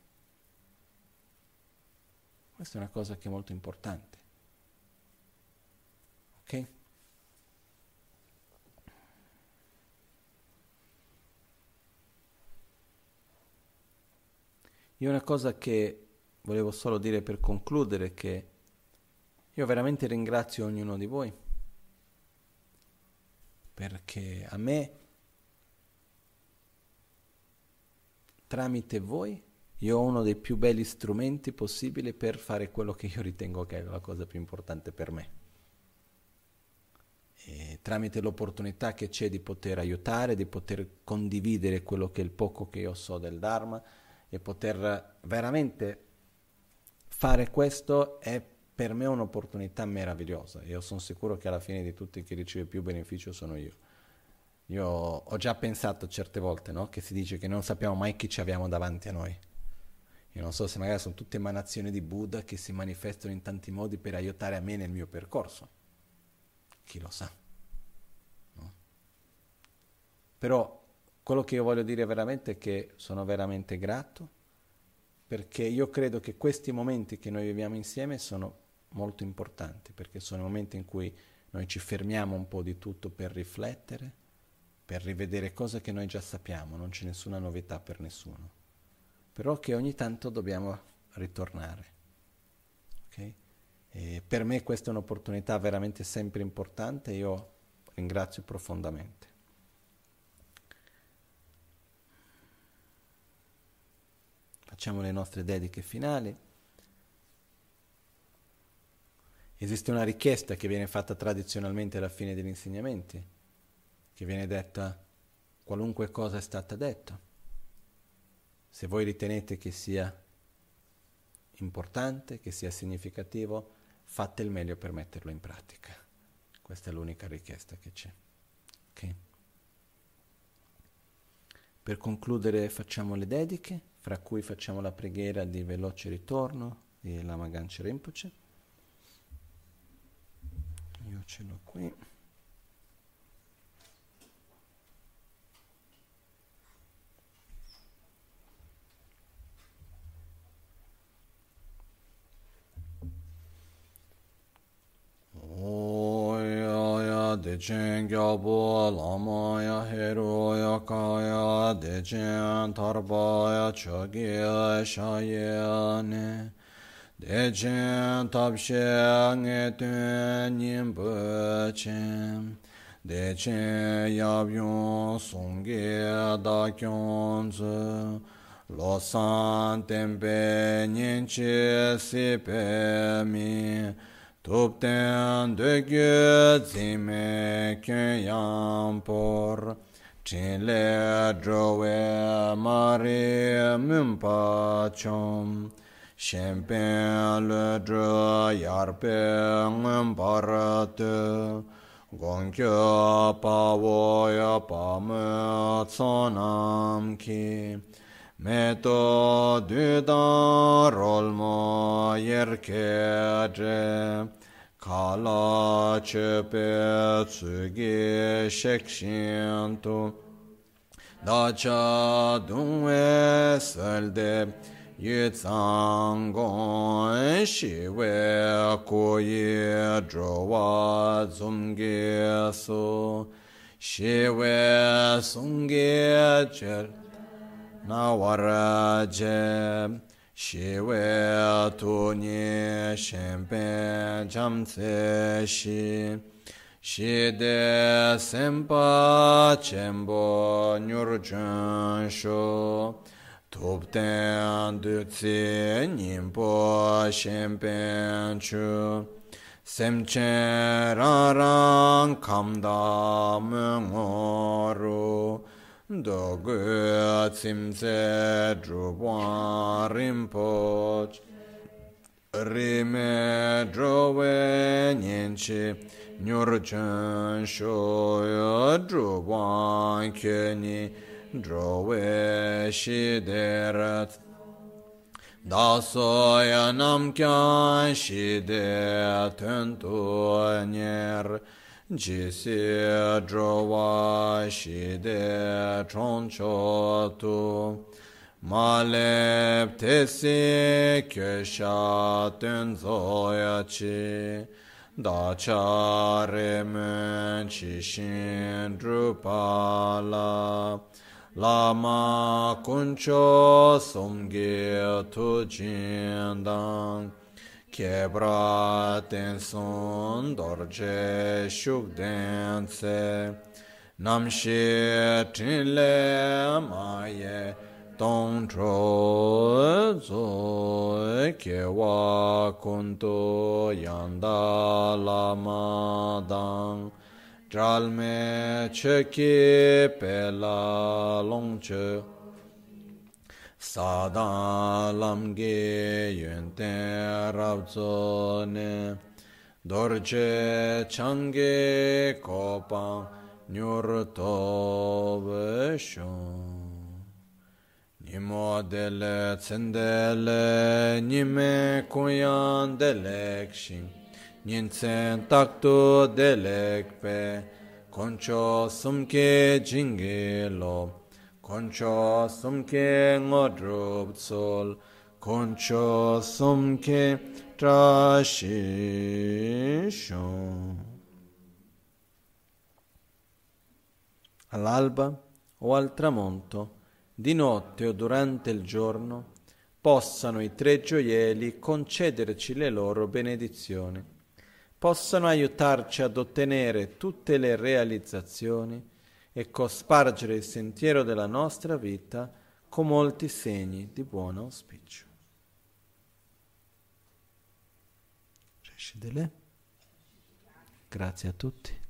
Questa è una cosa che è molto importante, ok? Io una cosa che volevo solo dire per concludere è che io veramente ringrazio ognuno di voi, perché a me, tramite voi, io ho uno dei più belli strumenti possibili per fare quello che io ritengo che è la cosa più importante per me. E tramite l'opportunità che c'è di poter aiutare, di poter condividere quello che è il poco che io so del Dharma e poter veramente fare questo è per me un'opportunità meravigliosa. Io sono sicuro che alla fine di tutti chi riceve più beneficio sono io. Io ho già pensato certe volte, no? Che si dice che non sappiamo mai chi ci abbiamo davanti a noi. Io non so se magari sono tutte emanazioni di Buddha che si manifestano in tanti modi per aiutare a me nel mio percorso. Chi lo sa, no? Però quello che io voglio dire veramente è che sono veramente grato perché io credo che questi momenti che noi viviamo insieme sono molto importanti, perché sono i momenti in cui noi ci fermiamo un po' di tutto per riflettere, per rivedere cose che noi già sappiamo, non c'è nessuna novità per nessuno, però che ogni tanto dobbiamo ritornare. Okay? E per me questa è un'opportunità veramente sempre importante e io ringrazio profondamente. Facciamo le nostre dediche finali. Esiste una richiesta che viene fatta tradizionalmente alla fine degli insegnamenti, che viene detta qualunque cosa è stata detta. Se voi ritenete che sia importante, che sia significativo, fate il meglio per metterlo in pratica. Questa è l'unica richiesta che c'è. Okay? Per concludere facciamo le dediche, fra cui facciamo la preghiera di veloce ritorno di Lama Ganche Rinpoche. Io ce l'ho qui. Dechen gyabo lamaya heroya kaya dechen tarbaya chagya shayane dechen tabshe ngetun nimbuchen dechen yabyon sungye da kyonzu losan tempe nyenche sipe mi Tupten de gye zime kyen yampor Chinle drowe mari mumpa chom Shempen le dro yarpe mumparate Gonkyo pawoya pame tsonam ki Meto dudan rolmo yerkedre Kala chepe tsugi shekshintu Dacha dungwe selde yutsanggon shiwe koye drowa zumge su Shiwe sungge cher Nawaraje Shiwe Tuni Shempen Jamtse Shi Shide Sempa Chembo Nyurjun Sho Tupten Dutsi Nimpo Shempen Chu Semchen Rarang Kamda Mungoru Dogu tsimse drupwa rinpoche Rime drowe nyenchi nyurchen shoyo drupwa kyeni drowe shiderat Dasoya namkyan shide tentu nyer Jisi drowa shide choncho tu Malep tesi kyesha tenzo yachi Dacha remen chishin drupala Lama kuncho somge tu jindang Kebra tenson dorje shukdense Namshi trinle maye tongtro zo Kewa kunto yanda lama dang Dralme cheki pela longche Sada lamge yunten rabzone Dorje change kopang nyurto veshon Nimo dele tsendele nime kuyan delekshin Nintsen takto delekpe Koncho sumke jingelo Koncho sumke ngodrup sol concio somche trascisho. All'alba o al tramonto, di notte o durante il giorno, possano i tre gioielli concederci le loro benedizioni, possano aiutarci ad ottenere tutte le realizzazioni e cospargere il sentiero della nostra vita con molti segni di buon auspicio. Grazie a tutti.